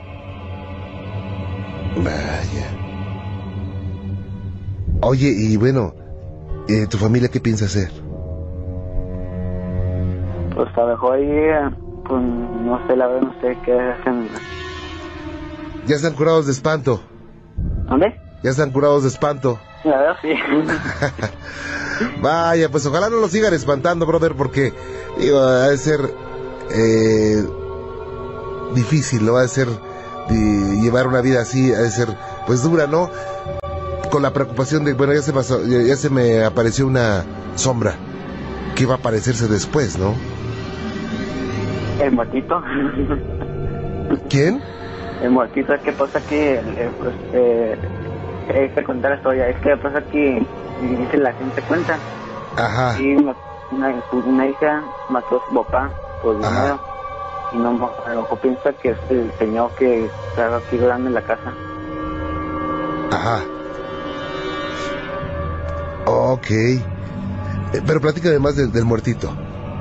Vaya. Oye, y bueno, eh, ¿tu familia qué piensa hacer? Pues a lo mejor ahí... Pues no sé, la verdad no sé qué hacen. Ya están curados de espanto. ¿Dónde? Ya están curados de espanto. La verdad sí. Vaya, pues ojalá no lo sigan espantando, brother, porque digo, ha de ser eh, difícil, ¿no? Ha de ser de llevar una vida así, ha de ser pues dura, ¿no? Con la preocupación de, bueno, ya se pasó, ya, ya se me apareció una sombra que va a aparecerse después, ¿no? El muertito. ¿Quién? El muertito, es que pasa aquí, eh, pues, eh, hay que contar la historia, es que pasa aquí, dice la gente cuenta. Ajá. Y una, una hija mató a su papá por dinero. y no a lo mejor piensa que es el señor que está aquí grande en la casa. Ajá. Ok. Eh, pero platícame más del, del muertito.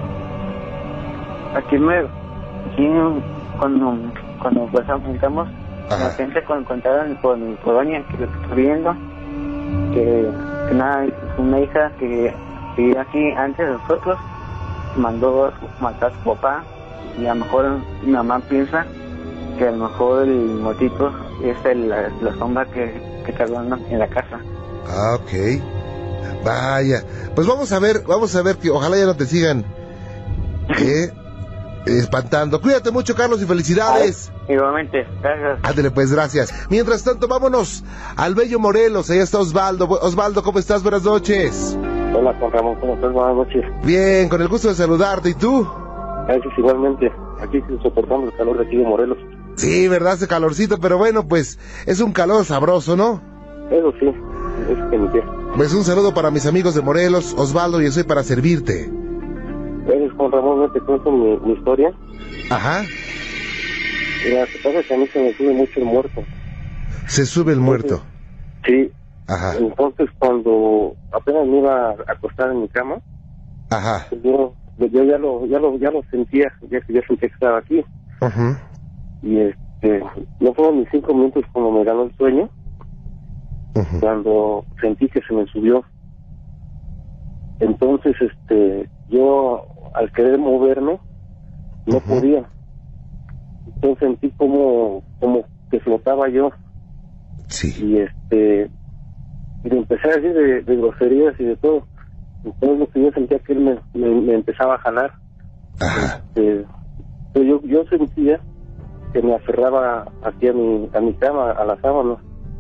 Aquí me, aquí cuando, cuando pues enfrentamos, la gente con contaron por mi colonia que lo que estoy viendo, que, que una, una hija que vivía aquí antes de nosotros, mandó a matar a su papá, y a lo mejor mi mamá piensa que a lo mejor el motito es el, la, la sombra que, que está hablando en la casa. Ah, ok. Vaya, pues vamos a ver, vamos a ver que ojalá ya no te sigan eh, espantando. Cuídate mucho, Carlos, y felicidades. Ay, igualmente, gracias. Ándale, pues, gracias. Mientras tanto, vámonos al bello Morelos. Ahí está Osvaldo. Osvaldo, ¿cómo estás? Buenas noches. Hola, Juan Ramón, ¿cómo estás? Buenas noches. Bien, con el gusto de saludarte. ¿Y tú? Gracias, igualmente. Aquí soportando el calor de aquí de Morelos. Sí, verdad, hace calorcito, pero bueno, pues es un calor sabroso, ¿no? Eso sí, es que mi tía. Pues un saludo para mis amigos de Morelos, Osvaldo, y estoy para servirte. Gracias, Juan Ramón, no te cuento mi, mi historia. Ajá. Mira, se pasa que a mí se me sube mucho el muerto. Se sube el muerto. Sí. Ajá. Entonces, cuando apenas me iba a acostar en mi cama, ajá, yo, yo ya lo, ya lo, ya lo sentía, ya que ya sentía que estaba aquí. Ajá. Y este, no fueron ni cinco minutos cuando me ganó el sueño, uh-huh. cuando sentí que se me subió. Entonces, este, yo al querer moverme, no uh-huh. podía. Entonces sentí como, como que flotaba yo. Sí. Y este, y me empecé a decir de, de groserías y de todo. Entonces lo que yo sentía que él me, me, me empezaba a jalar. Ajá. Este, yo, yo sentía que me aferraba aquí a mi, a mi cama, a la sábana,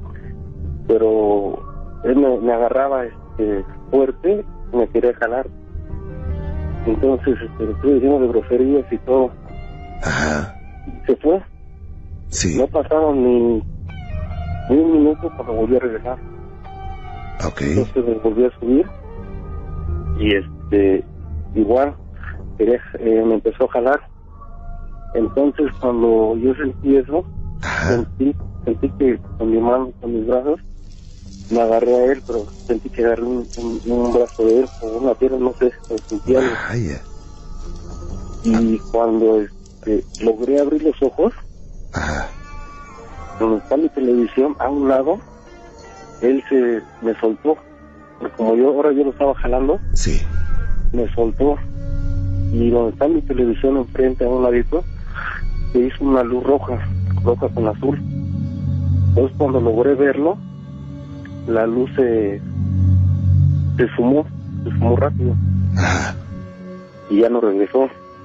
pero él me, me agarraba este, fuerte y me quería jalar. Entonces este, le estuve diciendo de groserías y todo. Ajá. Se fue. Sí. No pasaron ni, ni un minuto cuando volví a regresar. Ok. Entonces me volví a subir y este igual quería, eh, me empezó a jalar. Entonces cuando yo sentí eso, ajá, sentí, sentí que con mi mano, con mis brazos, me agarré a él, pero sentí que agarré un, un, un brazo de él, o una pierna, no sé, me sentí algo. Vaya. Y ah. cuando este, logré abrir los ojos, ajá, donde está mi televisión, a un lado, él se me soltó, porque como yo ahora yo lo estaba jalando, sí, me soltó, y donde está mi televisión enfrente, a un ladito, se hizo una luz roja, roja con azul. Entonces cuando logré verlo, la luz se, se fumó, se fumó rápido. ajá, y ya no regresó.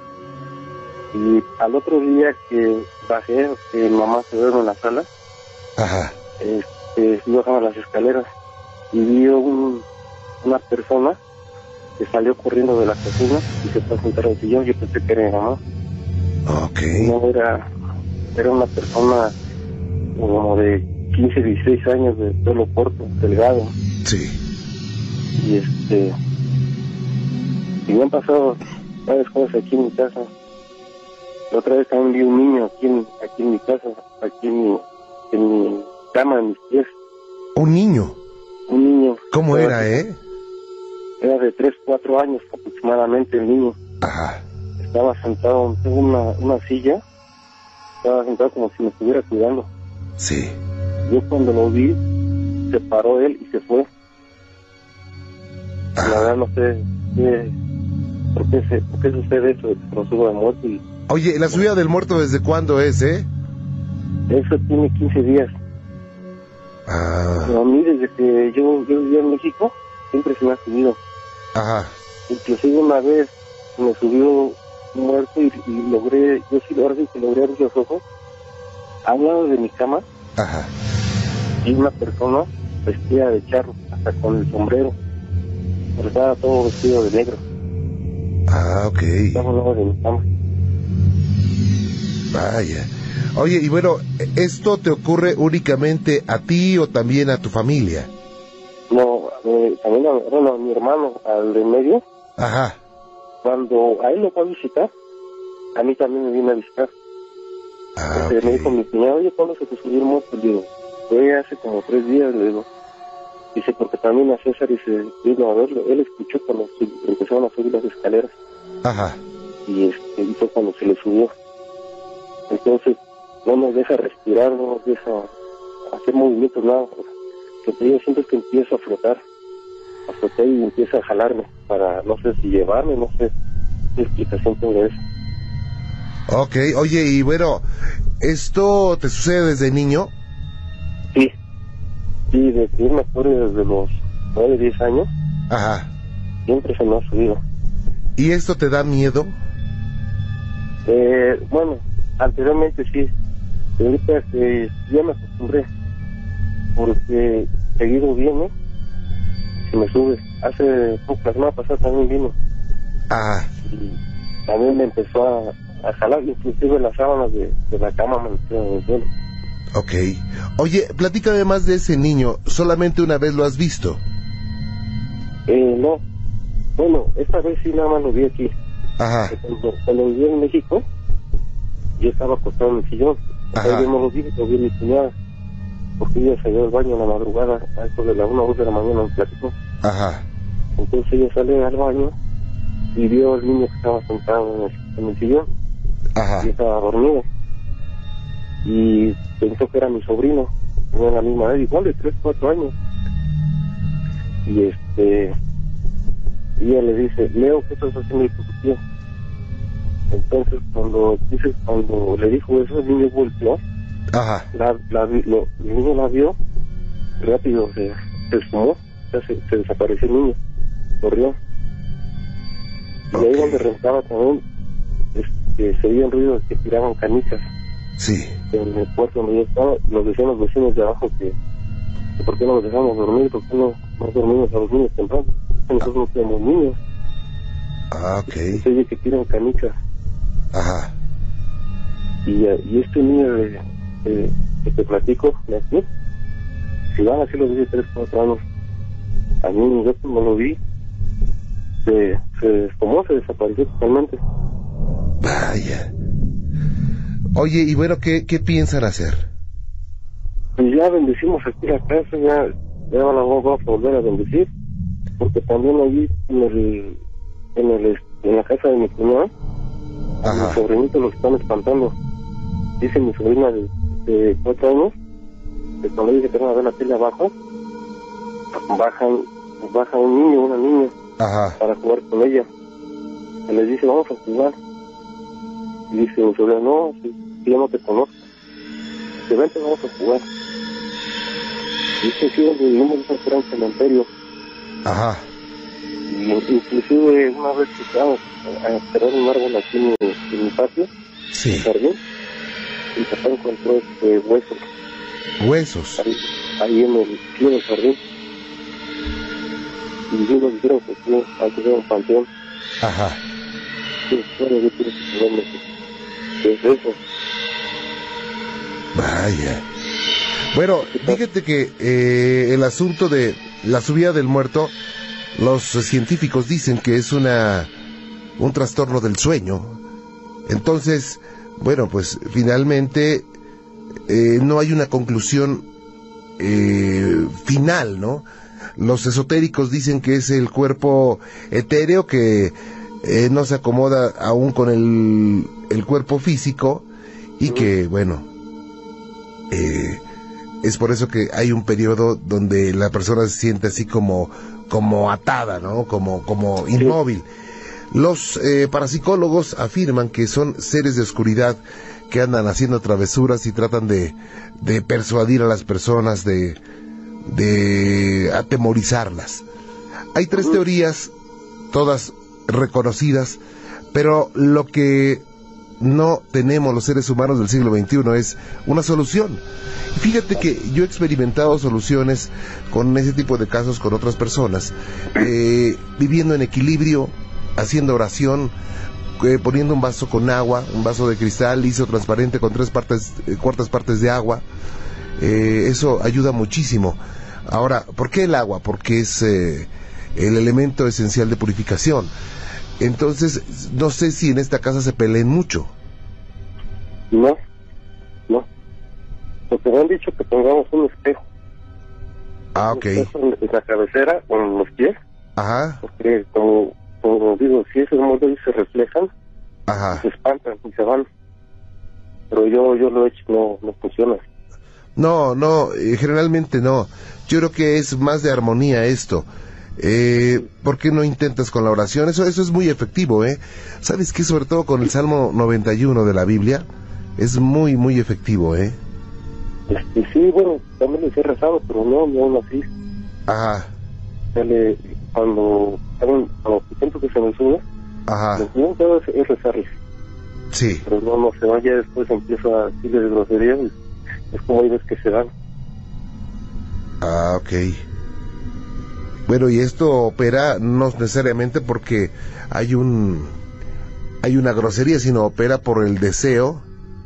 Y al otro día que bajé, que mi mamá se duerme en la sala, ajá, este, fui bajando las escaleras y vi un, una persona que salió corriendo de la cocina y se fue a sentar al sillón. Yo pensé que era mi mamá. Ok. No, era, era una persona como de quince, dieciséis años, de pelo corto, delgado. Sí. Y este, y me han pasado varias cosas aquí en mi casa. La otra vez también vi un niño aquí en, aquí en mi casa, aquí en mi, en mi cama, en mis pies. ¿Un niño? Un niño. ¿Cómo era, eh? Era de tres, cuatro años aproximadamente el niño. Ajá. Estaba sentado en una, una silla, estaba sentado como si me estuviera cuidando. Sí. Yo cuando lo vi, se paró él y se fue. Ajá. La verdad no sé qué, por, qué se, por qué sucede eso de que se nos suba de muerto. Y, oye, ¿la subida del muerto desde cuándo es, eh? eso tiene quince días. Ah. Pero a mí desde que yo, yo vivía en México, siempre se me ha subido. Ajá. Inclusive una vez me subió un muerto y, y logré, yo sí, ahora sí que logré abrir los ojos. A un lado de mi cama, ajá, y una persona vestida de charro, hasta con el sombrero, pero estaba todo vestido de negro. Ah, ok. Estaba al lado de mi cama. Vaya. Oye, y bueno, ¿esto te ocurre únicamente a ti o también a tu familia? No, eh, también a, bueno, a mi hermano, al de medio. Ajá. Cuando a él lo fue a visitar, a mí también me vino a visitar. Ah, Entonces, okay. me dijo mi cuñado, oye, ¿cuándo se te subió el muerto? Le digo, fue hace como tres días, le digo. Dice, porque también a César y se vino a verlo. Él escuchó cuando se empezaron a subir las escaleras. Ajá. Y, este, y fue cuando se le subió. Entonces, no nos deja respirar, no nos deja hacer movimientos, nada. Lo que yo siento es que empiezo a flotar. A flotar y empieza a jalarme para, no sé si llevarme, no sé qué explicación tengo eso. Ok, oye, y bueno, ¿esto te sucede desde niño? Sí. Sí, desde yo me acuerdo desde los nueve, diez años. Ajá. Siempre se me ha subido. ¿Y esto te da miedo? Eh, bueno, anteriormente sí. Pero ahorita eh, ya me acostumbré. Porque seguido viene, se me sube. Hace poco, la semana pasada también vino. Ah. Y también me empezó a, a jalar, inclusive las sábanas de, de la cama me metieron en el suelo. Ok. Oye, platícame más de ese niño. ¿Solamente una vez lo has visto? Eh, no. Bueno, esta vez sí nada más lo vi aquí. Ajá. Cuando, cuando viví en México, yo estaba acostado en el sillón. Ajá. Yo no lo vi, lo vi mi cuñada. Porque ella salió al baño en la madrugada, a eso de la una o dos de la mañana, me platicó. Ajá. Entonces ella sale al baño y vio al niño que estaba sentado en el, en el sillón. Ajá. Y estaba dormido. Y pensó que era mi sobrino, tenía la misma edad, igual de tres, cuatro años. Y este, y ella le dice, Leo, ¿qué estás haciendo con tu tío? Entonces cuando dice, cuando le dijo eso, el niño volteó. Ajá. La, la, lo, el niño la vio, rápido se, se esfumó, o sea, se, se desapareció el niño, corrió. Y Okay. ahí donde rentaba también, este, se oían ruidos que tiraban canicas. Sí. En el puerto donde yo estaba, nos decían los vecinos de abajo que, que por qué no nos dejamos dormir, por qué no, no dormimos a los niños temprano, nosotros no tenemos niños. Ah, ok. Se oye que tiran canicas. Ajá. Y, y este niño de, de, que te platico de aquí, si van así los dice tres, cuatro años, a mí yo cuando lo vi, se, se desfumó, se desapareció totalmente. Vaya. Oye, y bueno, ¿qué, qué piensan hacer? Y ya bendecimos aquí la casa, ya, ya la vamos a volver a bendecir, porque también allí en el, en el, en la casa de mi cuñada, a mis sobrinitos los están espantando. Dice mi sobrina de, de cuatro años, que cuando dice que van a ver la tele abajo, bajan, baja un niño, una niña, Ajá. para jugar con ella. Y les dice, vamos a jugar. Y dice mi sobrina, no, si, si yo no te conozco. Dice, vente, vamos a jugar. Dice, sí, donde vivimos es un cementerio. Ajá. Y inclusive una vez que estábamos a esperar un árbol aquí en mi, en mi patio, Sí. en el jardín, mi papá encontró este huesos. Huesos. Ahí, ahí en el pie del jardín. Y sí nos dijeron que sí, hay que ir a un panteón. Ajá. Sí, bueno, yo quiero que se vea qué es eso. Vaya. Bueno, fíjate que eh, el asunto de la subida del muerto, los científicos dicen que es una un trastorno del sueño. Entonces, bueno, pues finalmente eh, no hay una conclusión eh, final, ¿no? Los esotéricos dicen que es el cuerpo etéreo que eh, no se acomoda aún con el, el cuerpo físico y que, bueno, eh, es por eso que hay un periodo donde la persona se siente así como, como atada, ¿no? Como, como inmóvil. Los eh, parapsicólogos afirman que son seres de oscuridad que andan haciendo travesuras y tratan de, de persuadir a las personas, de, de atemorizarlas. Hay tres teorías, todas reconocidas, pero lo que no tenemos los seres humanos del siglo veintiuno es una solución. Fíjate que yo he experimentado soluciones con ese tipo de casos con otras personas, eh, viviendo en equilibrio, haciendo oración, eh, poniendo un vaso con agua, un vaso de cristal liso transparente con tres partes, eh, cuartas partes de agua. Eh, eso ayuda muchísimo. Ahora, ¿por qué el agua? Porque es eh, el elemento esencial de purificación. Entonces, no sé si en esta casa se peleen mucho. No, no. Porque me han dicho que pongamos un espejo. Ah, ok. Un espejo en la cabecera o en los pies. Ajá. Porque, como, como digo, si esos modelos se reflejan, ajá, se espantan y se van. Pero yo yo lo he hecho, no, no funciona. No, no, eh, generalmente no. Yo creo que es más de armonía esto. Eh, ¿Por qué no intentas con la oración? Eso eso es muy efectivo, ¿eh? ¿Sabes qué? Sobre todo con el Salmo noventa y uno de la Biblia, es muy, muy efectivo, ¿eh? Este, sí, bueno, también les he rezado, pero no, no aún así. Ajá. Le, cuando, cuando siento que se me sube, ajá, lo que yo es, es rezarles. Sí. Pero no, no se vaya, después empiezo a decirles groserías, es como hay veces que se dan. Ah, ok. Bueno, y esto opera no necesariamente porque hay un hay una grosería, sino opera por el deseo,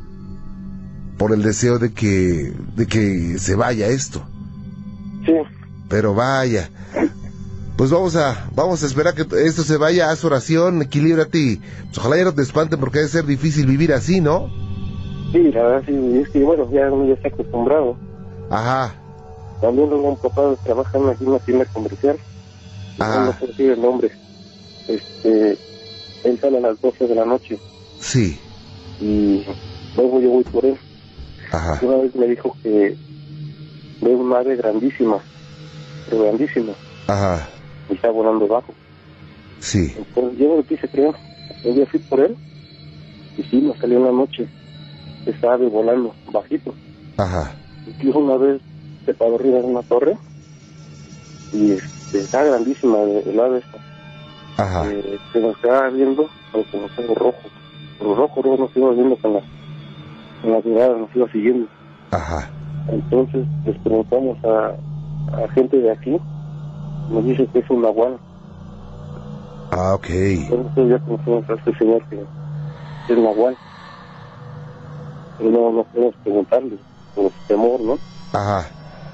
por el deseo de que de que se vaya esto. Sí. Pero vaya. Pues vamos a vamos a esperar que esto se vaya. Haz oración, equilíbrate y pues, ojalá ya no te espanten, porque debe ser difícil vivir así, ¿no? Sí, la verdad sí, es que bueno, ya uno ya está acostumbrado. Ajá. También luego un papá trabaja en una tienda comercial. Ah. No sé decir el nombre. Este, él sale a las doce de la noche. Sí. Y luego yo voy por él. Ajá. Una vez me dijo que ve un ave grandísima, pero grandísima. Ajá. Y está volando bajo. Sí. Entonces yo no lo quise creer. Un día fui por él y sí, me salió en la noche esa ave volando bajito. Ajá. Incluso una vez se paró arriba de una torre y este, está grandísima el ave esta. Ajá. Eh, se nos quedaba viendo, pero como algo rojo. Pero rojo, rojo nos iba viendo con la, con la mirada, nos iba siguiendo. Ajá. Entonces les preguntamos a, a gente de aquí, nos dice que es un nahual. Ah, ok. Entonces ya conocemos a este señor que es nahual. Pero no, no podemos preguntarle, con temor, ¿no? Ajá.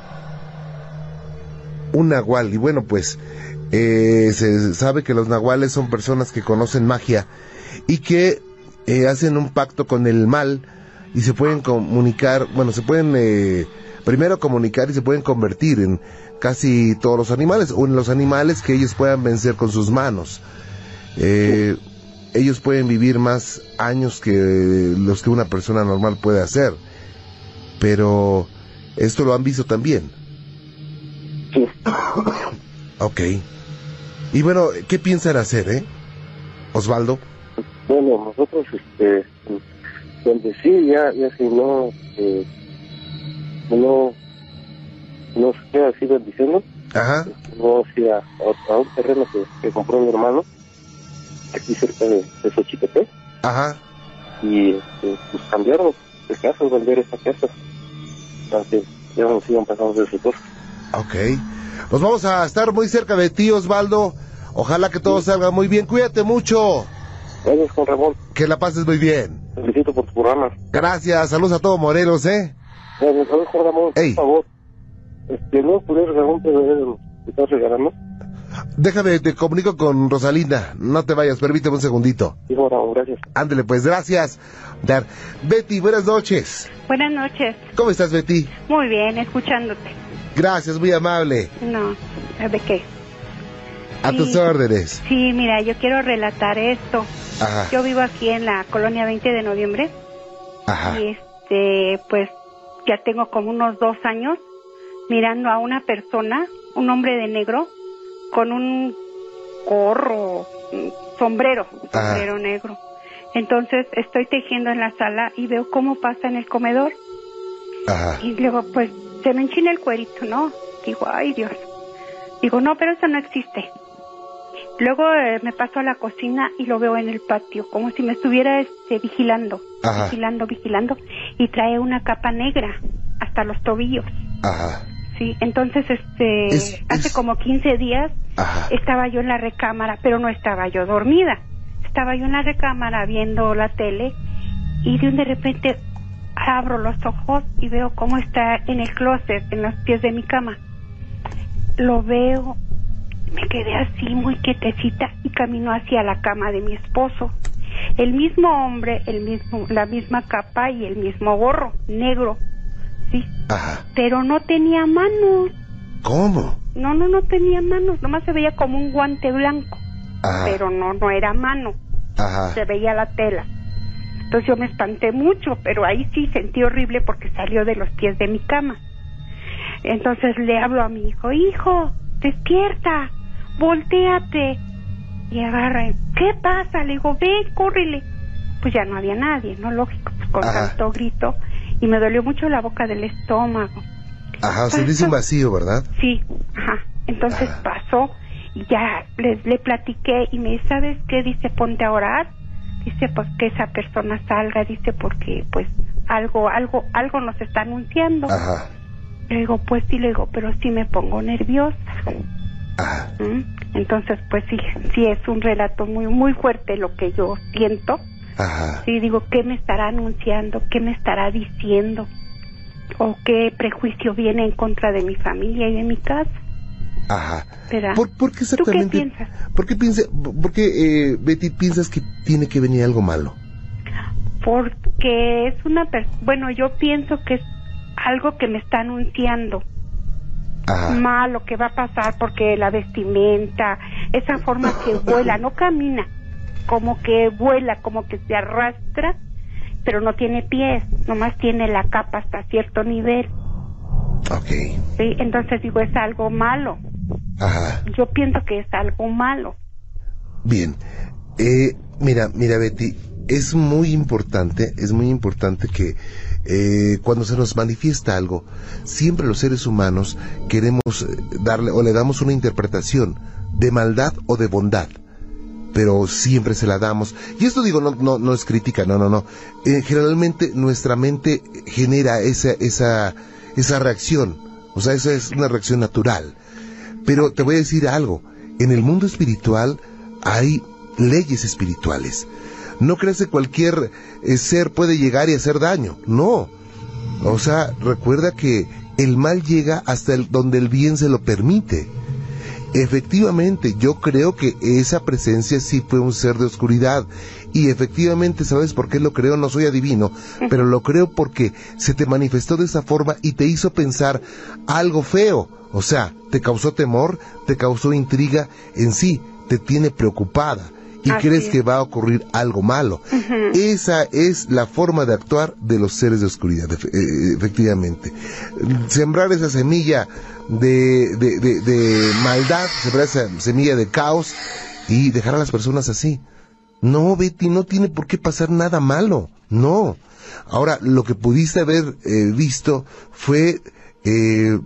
Un nahual, y bueno, pues eh, se sabe que los nahuales son personas que conocen magia y que eh, hacen un pacto con el mal y se pueden comunicar, bueno, se pueden eh, primero comunicar y se pueden convertir en casi todos los animales, o en los animales que ellos puedan vencer con sus manos. Eh, ellos pueden vivir más años que los que una persona normal puede hacer, pero esto lo han visto también. Sí. Ok. Y bueno, ¿qué piensan hacer, eh? Osvaldo. Bueno, nosotros, este, donde sí, ya, ya si no, eh, no, no se queda así bendiciendo. Ajá. No, sí, a, a, a un terreno que, que compró mi hermano, aquí cerca de, de Xochitepec. Ajá. Y, este, pues cambiaron de casa, vender esa casa. Aunque ya nos iban pasando de su cosa. Ok. Pues vamos a estar muy cerca de ti, Osvaldo. Ojalá que todo sí. salga muy bien. Cuídate mucho. Gracias, Juan Ramón. Que la pases muy bien. Te felicito por tu programa. Gracias. Saludos a todos Morelos, ¿eh? Gracias, saludos, Juan Ramón. Ey. Por favor. Este, ¿no pudieras regalar un P D de los que estás regalando? Déjame, te comunico con Rosalinda. No te vayas, permíteme un segundito. Sí, Juan Ramón, gracias. Ándele, pues, gracias. Dar. Betty, buenas noches. Buenas noches. ¿Cómo estás, Betty? Muy bien, escuchándote. Gracias, muy amable. No, ¿de qué? A sí, tus órdenes. Sí, mira, yo quiero relatar esto. Ajá. Yo vivo aquí en la colonia veinte de noviembre. Ajá. Y este, pues, ya tengo como unos dos años mirando a una persona, un hombre de negro, con un gorro, un sombrero, sombrero Ajá. negro. Entonces, estoy tejiendo en la sala y veo cómo pasa en el comedor. Ajá. Y luego, pues, se me enchina el cuerito, ¿no? Digo, ay, Dios. Digo, no, pero eso no existe. Luego eh, me paso a la cocina y lo veo en el patio, como si me estuviera este, vigilando, Ajá. vigilando, vigilando, y trae una capa negra hasta los tobillos. Ajá. Sí, entonces, este, es, hace es... como quince días Ajá. estaba yo en la recámara, pero no estaba yo dormida. Estaba yo en la recámara viendo la tele y de un de repente abro los ojos y veo cómo está en el closet, en los pies de mi cama. Lo veo, me quedé así muy quietecita y caminó hacia la cama de mi esposo. El mismo hombre, el mismo, la misma capa y el mismo gorro, negro, sí. Ajá. Pero no tenía manos. ¿Cómo? No, no, no tenía manos, nomás se veía como un guante blanco. Ajá. Pero no, no era mano. Ajá. Se veía la tela. Entonces yo me espanté mucho, pero ahí sí sentí horrible porque salió de los pies de mi cama. Entonces le hablo a mi hijo, hijo, despierta, voltéate. Y agarra, ¿qué pasa? Le digo, ve, córrele. Pues ya no había nadie, ¿no? Lógico, pues con Ajá. tanto grito. Y me dolió mucho la boca del estómago. Ajá, o sea, dice un vacío, ¿verdad? Sí, ajá. Entonces ajá. pasó y ya le, le platiqué y me dice, ¿sabes qué? Dice, ponte a orar. Dice, pues que esa persona salga, dice, porque pues algo, algo, algo nos está anunciando. Ajá. Le digo, pues sí, le digo, pero sí me pongo nerviosa. Ajá. ¿Mm? Entonces, pues sí, sí es un relato muy, muy fuerte lo que yo siento. Ajá. Sí, digo, ¿qué me estará anunciando? ¿Qué me estará diciendo? ¿O qué prejuicio viene en contra de mi familia y de mi casa? Ajá. ¿Verdad? ¿Por, por qué exactamente? ¿Tú qué piensas? ¿Por qué, piensa, por qué eh, Betty, piensas que tiene que venir algo malo? Porque es una persona, bueno, yo pienso que es algo que me está anunciando. Ajá. Malo que va a pasar, porque la vestimenta, esa forma que vuela, no camina, como que vuela, como que se arrastra, pero no tiene pies, nomás tiene la capa hasta cierto nivel. Okay. Sí, entonces digo, es algo malo. Ajá. Yo pienso que es algo malo. Bien, eh, mira, mira Betty, es muy importante, es muy importante que eh, cuando se nos manifiesta algo, siempre los seres humanos queremos darle o le damos una interpretación de maldad o de bondad, pero siempre se la damos. Y esto digo, no, no, no es crítica, no, no, no. Eh, generalmente nuestra mente genera esa, esa, esa reacción, o sea, esa es una reacción natural. Pero te voy a decir algo, en el mundo espiritual hay leyes espirituales. No creas que cualquier eh, ser puede llegar y hacer daño, no. O sea, recuerda que el mal llega hasta el, donde el bien se lo permite. Efectivamente, yo creo que esa presencia sí fue un ser de oscuridad. Y efectivamente, ¿sabes por qué lo creo? No soy adivino, pero lo creo porque se te manifestó de esa forma y te hizo pensar algo feo. O sea, te causó temor, te causó intriga, en sí, te tiene preocupada. Y Así crees es. que va a ocurrir algo malo. Uh-huh. Esa es la forma de actuar de los seres de oscuridad, efectivamente. Sembrar esa semilla de, de, de, de maldad, sembrar esa semilla de caos y dejar a las personas así. No, Betty, no tiene por qué pasar nada malo, no. Ahora, lo que pudiste haber eh, visto fue eh,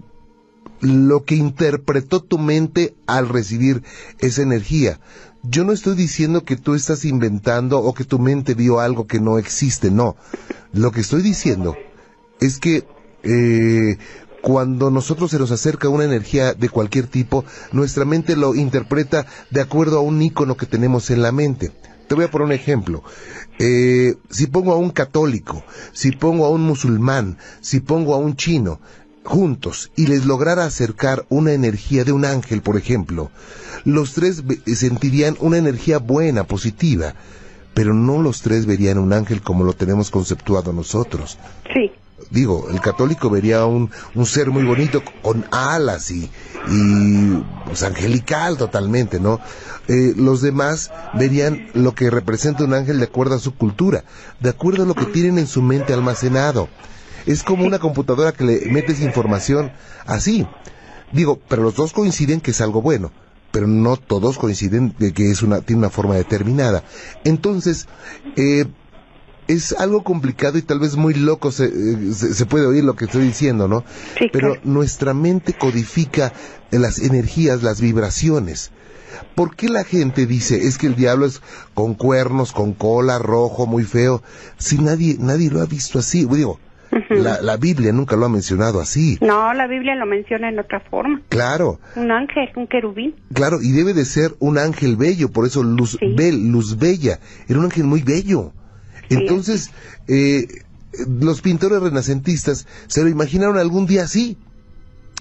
lo que interpretó tu mente al recibir esa energía. Yo no estoy diciendo que tú estás inventando o que tu mente vio algo que no existe, no. Lo que estoy diciendo es que eh, cuando nosotros se nos acerca una energía de cualquier tipo, nuestra mente lo interpreta de acuerdo a un ícono que tenemos en la mente. Te voy a poner un ejemplo. Eh, si pongo a un católico, si pongo a un musulmán, si pongo a un chino juntos y les lograra acercar una energía de un ángel, por ejemplo, los tres sentirían una energía buena, positiva, pero no los tres verían un ángel como lo tenemos conceptuado nosotros. Sí. Digo, el católico vería un, un ser muy bonito con alas y, y pues, angelical totalmente, ¿no? Eh, los demás verían lo que representa un ángel de acuerdo a su cultura, de acuerdo a lo que tienen en su mente almacenado. Es como una computadora que le metes información así. Digo, pero los dos coinciden que es algo bueno, pero no todos coinciden de que es una, tiene una forma determinada. Entonces, eh, es algo complicado y tal vez muy loco se, se, se puede oír lo que estoy diciendo, ¿no? Sí, pero claro. Nuestra mente codifica las energías, las vibraciones. ¿Por qué la gente dice, es que el diablo es con cuernos, con cola, rojo, muy feo? Si nadie, nadie lo ha visto así, digo, uh-huh. la, la Biblia nunca lo ha mencionado así. No, la Biblia lo menciona en otra forma. Claro. Un ángel, un querubín. Claro, y debe de ser un ángel bello, por eso Luz, sí. Bel, Luz Bella, era un ángel muy bello. Entonces, eh, los pintores renacentistas se lo imaginaron algún día así.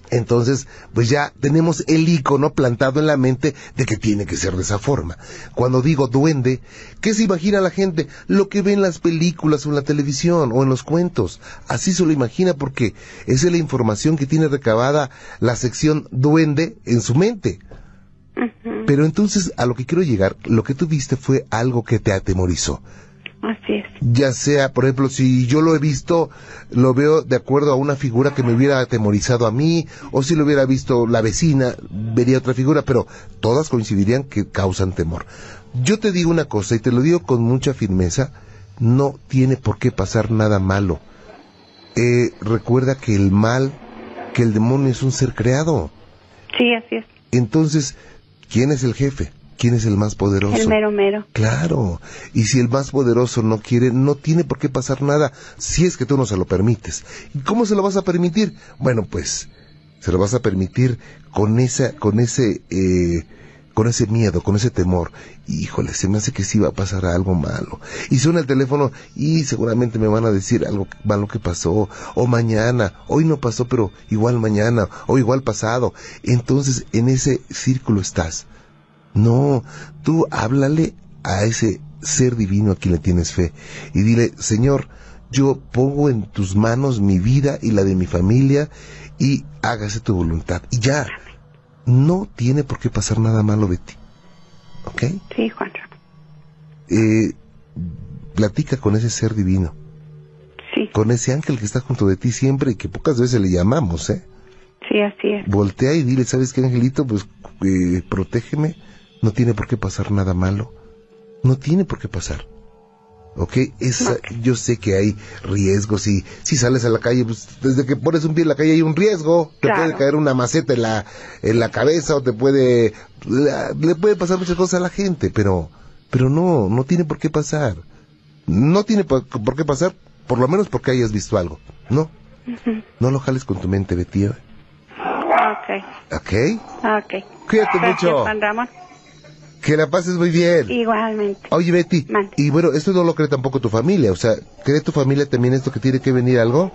Entonces, pues ya tenemos el icono plantado en la mente de que tiene que ser de esa forma. Cuando digo duende, ¿qué se imagina la gente? Lo que ve en las películas o en la televisión o en los cuentos. Así se lo imagina porque esa es la información que tiene recabada la sección duende en su mente. Uh-huh. Pero entonces, a lo que quiero llegar, lo que tú viste fue algo que te atemorizó. Así es. Ya sea, por ejemplo, si yo lo he visto, lo veo de acuerdo a una figura que me hubiera atemorizado a mí, o si lo hubiera visto la vecina, vería otra figura, pero todas coincidirían que causan temor. Yo te digo una cosa, y te lo digo con mucha firmeza, no tiene por qué pasar nada malo. Eh, recuerda que el mal, que el demonio es un ser creado. Sí, así es. Entonces, ¿quién es el jefe? ¿Quién es el más poderoso? El mero mero. Claro, y si el más poderoso no quiere, no tiene por qué pasar nada, si es que tú no se lo permites. ¿Y cómo se lo vas a permitir? Bueno, pues, se lo vas a permitir con esa, con ese, eh, con ese miedo, con ese temor. Híjole, se me hace que sí va a pasar algo malo. Y suena el teléfono y seguramente me van a decir algo malo que pasó, o mañana, hoy no pasó, pero igual mañana, o igual pasado. Entonces, en ese círculo estás. No, tú háblale a ese ser divino a quien le tienes fe y dile, Señor, yo pongo en tus manos mi vida y la de mi familia y hágase tu voluntad. Y ya, no tiene por qué pasar nada malo de ti. ¿Ok? Sí, Juan. Eh, platica con ese ser divino. Sí. Con ese ángel que está junto de ti siempre y que pocas veces le llamamos, ¿eh? Sí, así es. Voltea y dile, ¿sabes qué, angelito? Pues eh, protégeme. No tiene por qué pasar nada malo. No tiene por qué pasar. ¿Ok? Esa, okay. Yo sé que hay riesgos y si sales a la calle, pues desde que pones un pie en la calle hay un riesgo. Te claro. puede caer una maceta en la, en la cabeza o te puede... La, le puede pasar muchas cosas a la gente, pero pero no, no tiene por qué pasar. No tiene por, por qué pasar, por lo menos porque hayas visto algo. No. Uh-huh. No lo jales con tu mente, Betty. Ok. ¿Ok? Ok. Cuídate Gracias, mucho. Juan Ramón. Que la pases muy bien. Igualmente. Oye, Betty, Mande. Y bueno, esto no lo cree tampoco tu familia, o sea, ¿cree tu familia también esto que tiene que venir algo?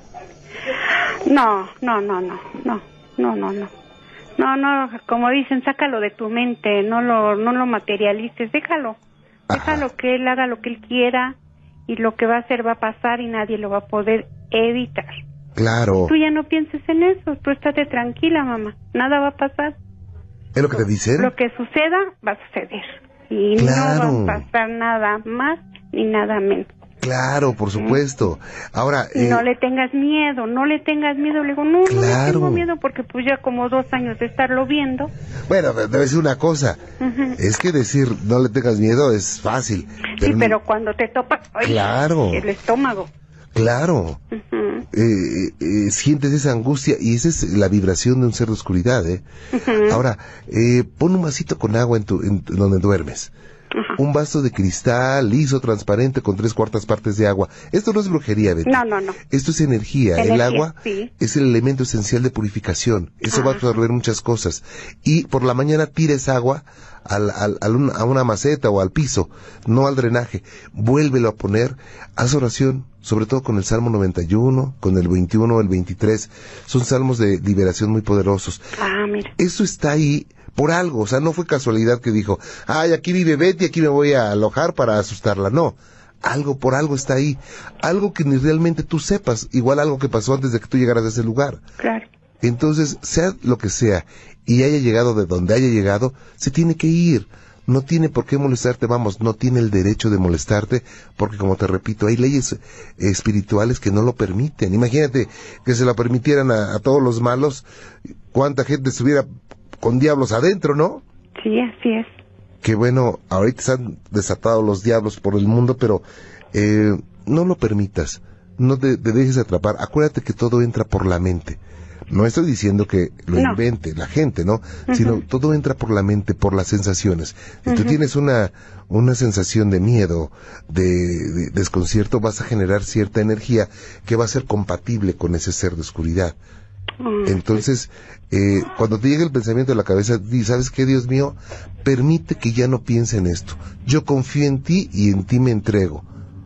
No, no, no, no, no, no, no, no. No, no, como dicen, sácalo de tu mente, no lo no lo materialices, déjalo. Ajá. Déjalo que él haga lo que él quiera y lo que va a hacer va a pasar y nadie lo va a poder evitar. Claro. Tú ya no pienses en eso, tú estate tranquila, mamá, nada va a pasar. ¿Es lo que te dicen? Lo que suceda, va a suceder. Y claro. no va a pasar nada más ni nada menos. Claro, por supuesto. Ahora... Eh... No eh... le tengas miedo, no le tengas miedo. Le digo, no, claro. no le tengo miedo porque pues ya como dos años de estarlo viendo. Bueno, debe decir una cosa. Uh-huh. Es que decir no le tengas miedo es fácil. Pero... Sí, pero cuando te topas... Ay, claro. El estómago. Claro. Uh-huh. eh, eh, sientes esa angustia y esa es la vibración de un ser de oscuridad, ¿eh? Uh-huh. Ahora, eh, pon un vasito con agua en, tu, en donde duermes. Uh-huh. Un vaso de cristal liso, transparente, con tres cuartas partes de agua. Esto no es brujería, Betty. No, no, no. Esto es energía. energía el agua sí. es el elemento esencial de purificación. Eso uh-huh. va a absorber muchas cosas. Y por la mañana tires agua al, al, al un, a una maceta o al piso, no al drenaje. Vuélvelo a poner. Haz oración, sobre todo con el Salmo noventa y uno, con el veintiuno o el veintitrés. Son salmos de liberación muy poderosos. Ah, mira. Eso está ahí por algo, o sea, no fue casualidad que dijo, ay, aquí vive Betty, aquí me voy a alojar para asustarla, no, algo por algo está ahí, algo que ni realmente tú sepas, igual algo que pasó antes de que tú llegaras a ese lugar. Claro. Entonces, sea lo que sea, y haya llegado de donde haya llegado, se tiene que ir, no tiene por qué molestarte, vamos, no tiene el derecho de molestarte, porque como te repito, hay leyes espirituales que no lo permiten. Imagínate que se lo permitieran a, a todos los malos, cuánta gente estuviera con diablos adentro, ¿no? Sí, así es. Que bueno, ahorita se han desatado los diablos por el mundo, pero eh, no lo permitas, no te, te dejes atrapar. Acuérdate que todo entra por la mente. No estoy diciendo que lo no. invente la gente, ¿no? Uh-huh. Sino todo entra por la mente, por las sensaciones. Si uh-huh. tú tienes una una sensación de miedo, de, de desconcierto, vas a generar cierta energía que va a ser compatible con ese ser de oscuridad. Entonces, eh, cuando te llegue el pensamiento a la cabeza, di, ¿sabes qué, Dios mío? Permite que ya no piense en esto. Yo confío en ti y en ti me entrego.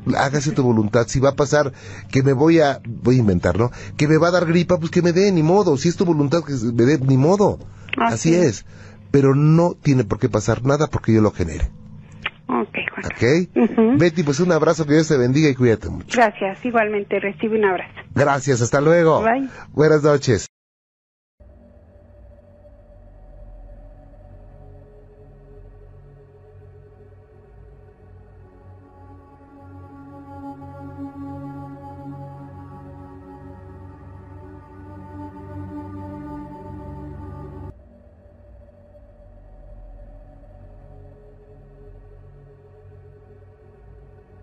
hágase tu voluntad. Si va a pasar que me voy a, voy a inventar, ¿no? Que me va a dar gripa, pues que me dé, ni modo. Si es tu voluntad que me dé, ni modo. Así, Así es. Pero no tiene por qué pasar nada porque yo lo genere. Ok, Juan. Ok. Uh-huh. Betty, pues un abrazo, que Dios te bendiga y cuídate mucho. Gracias, igualmente, recibe un abrazo. Gracias, hasta luego. Bye. Buenas noches.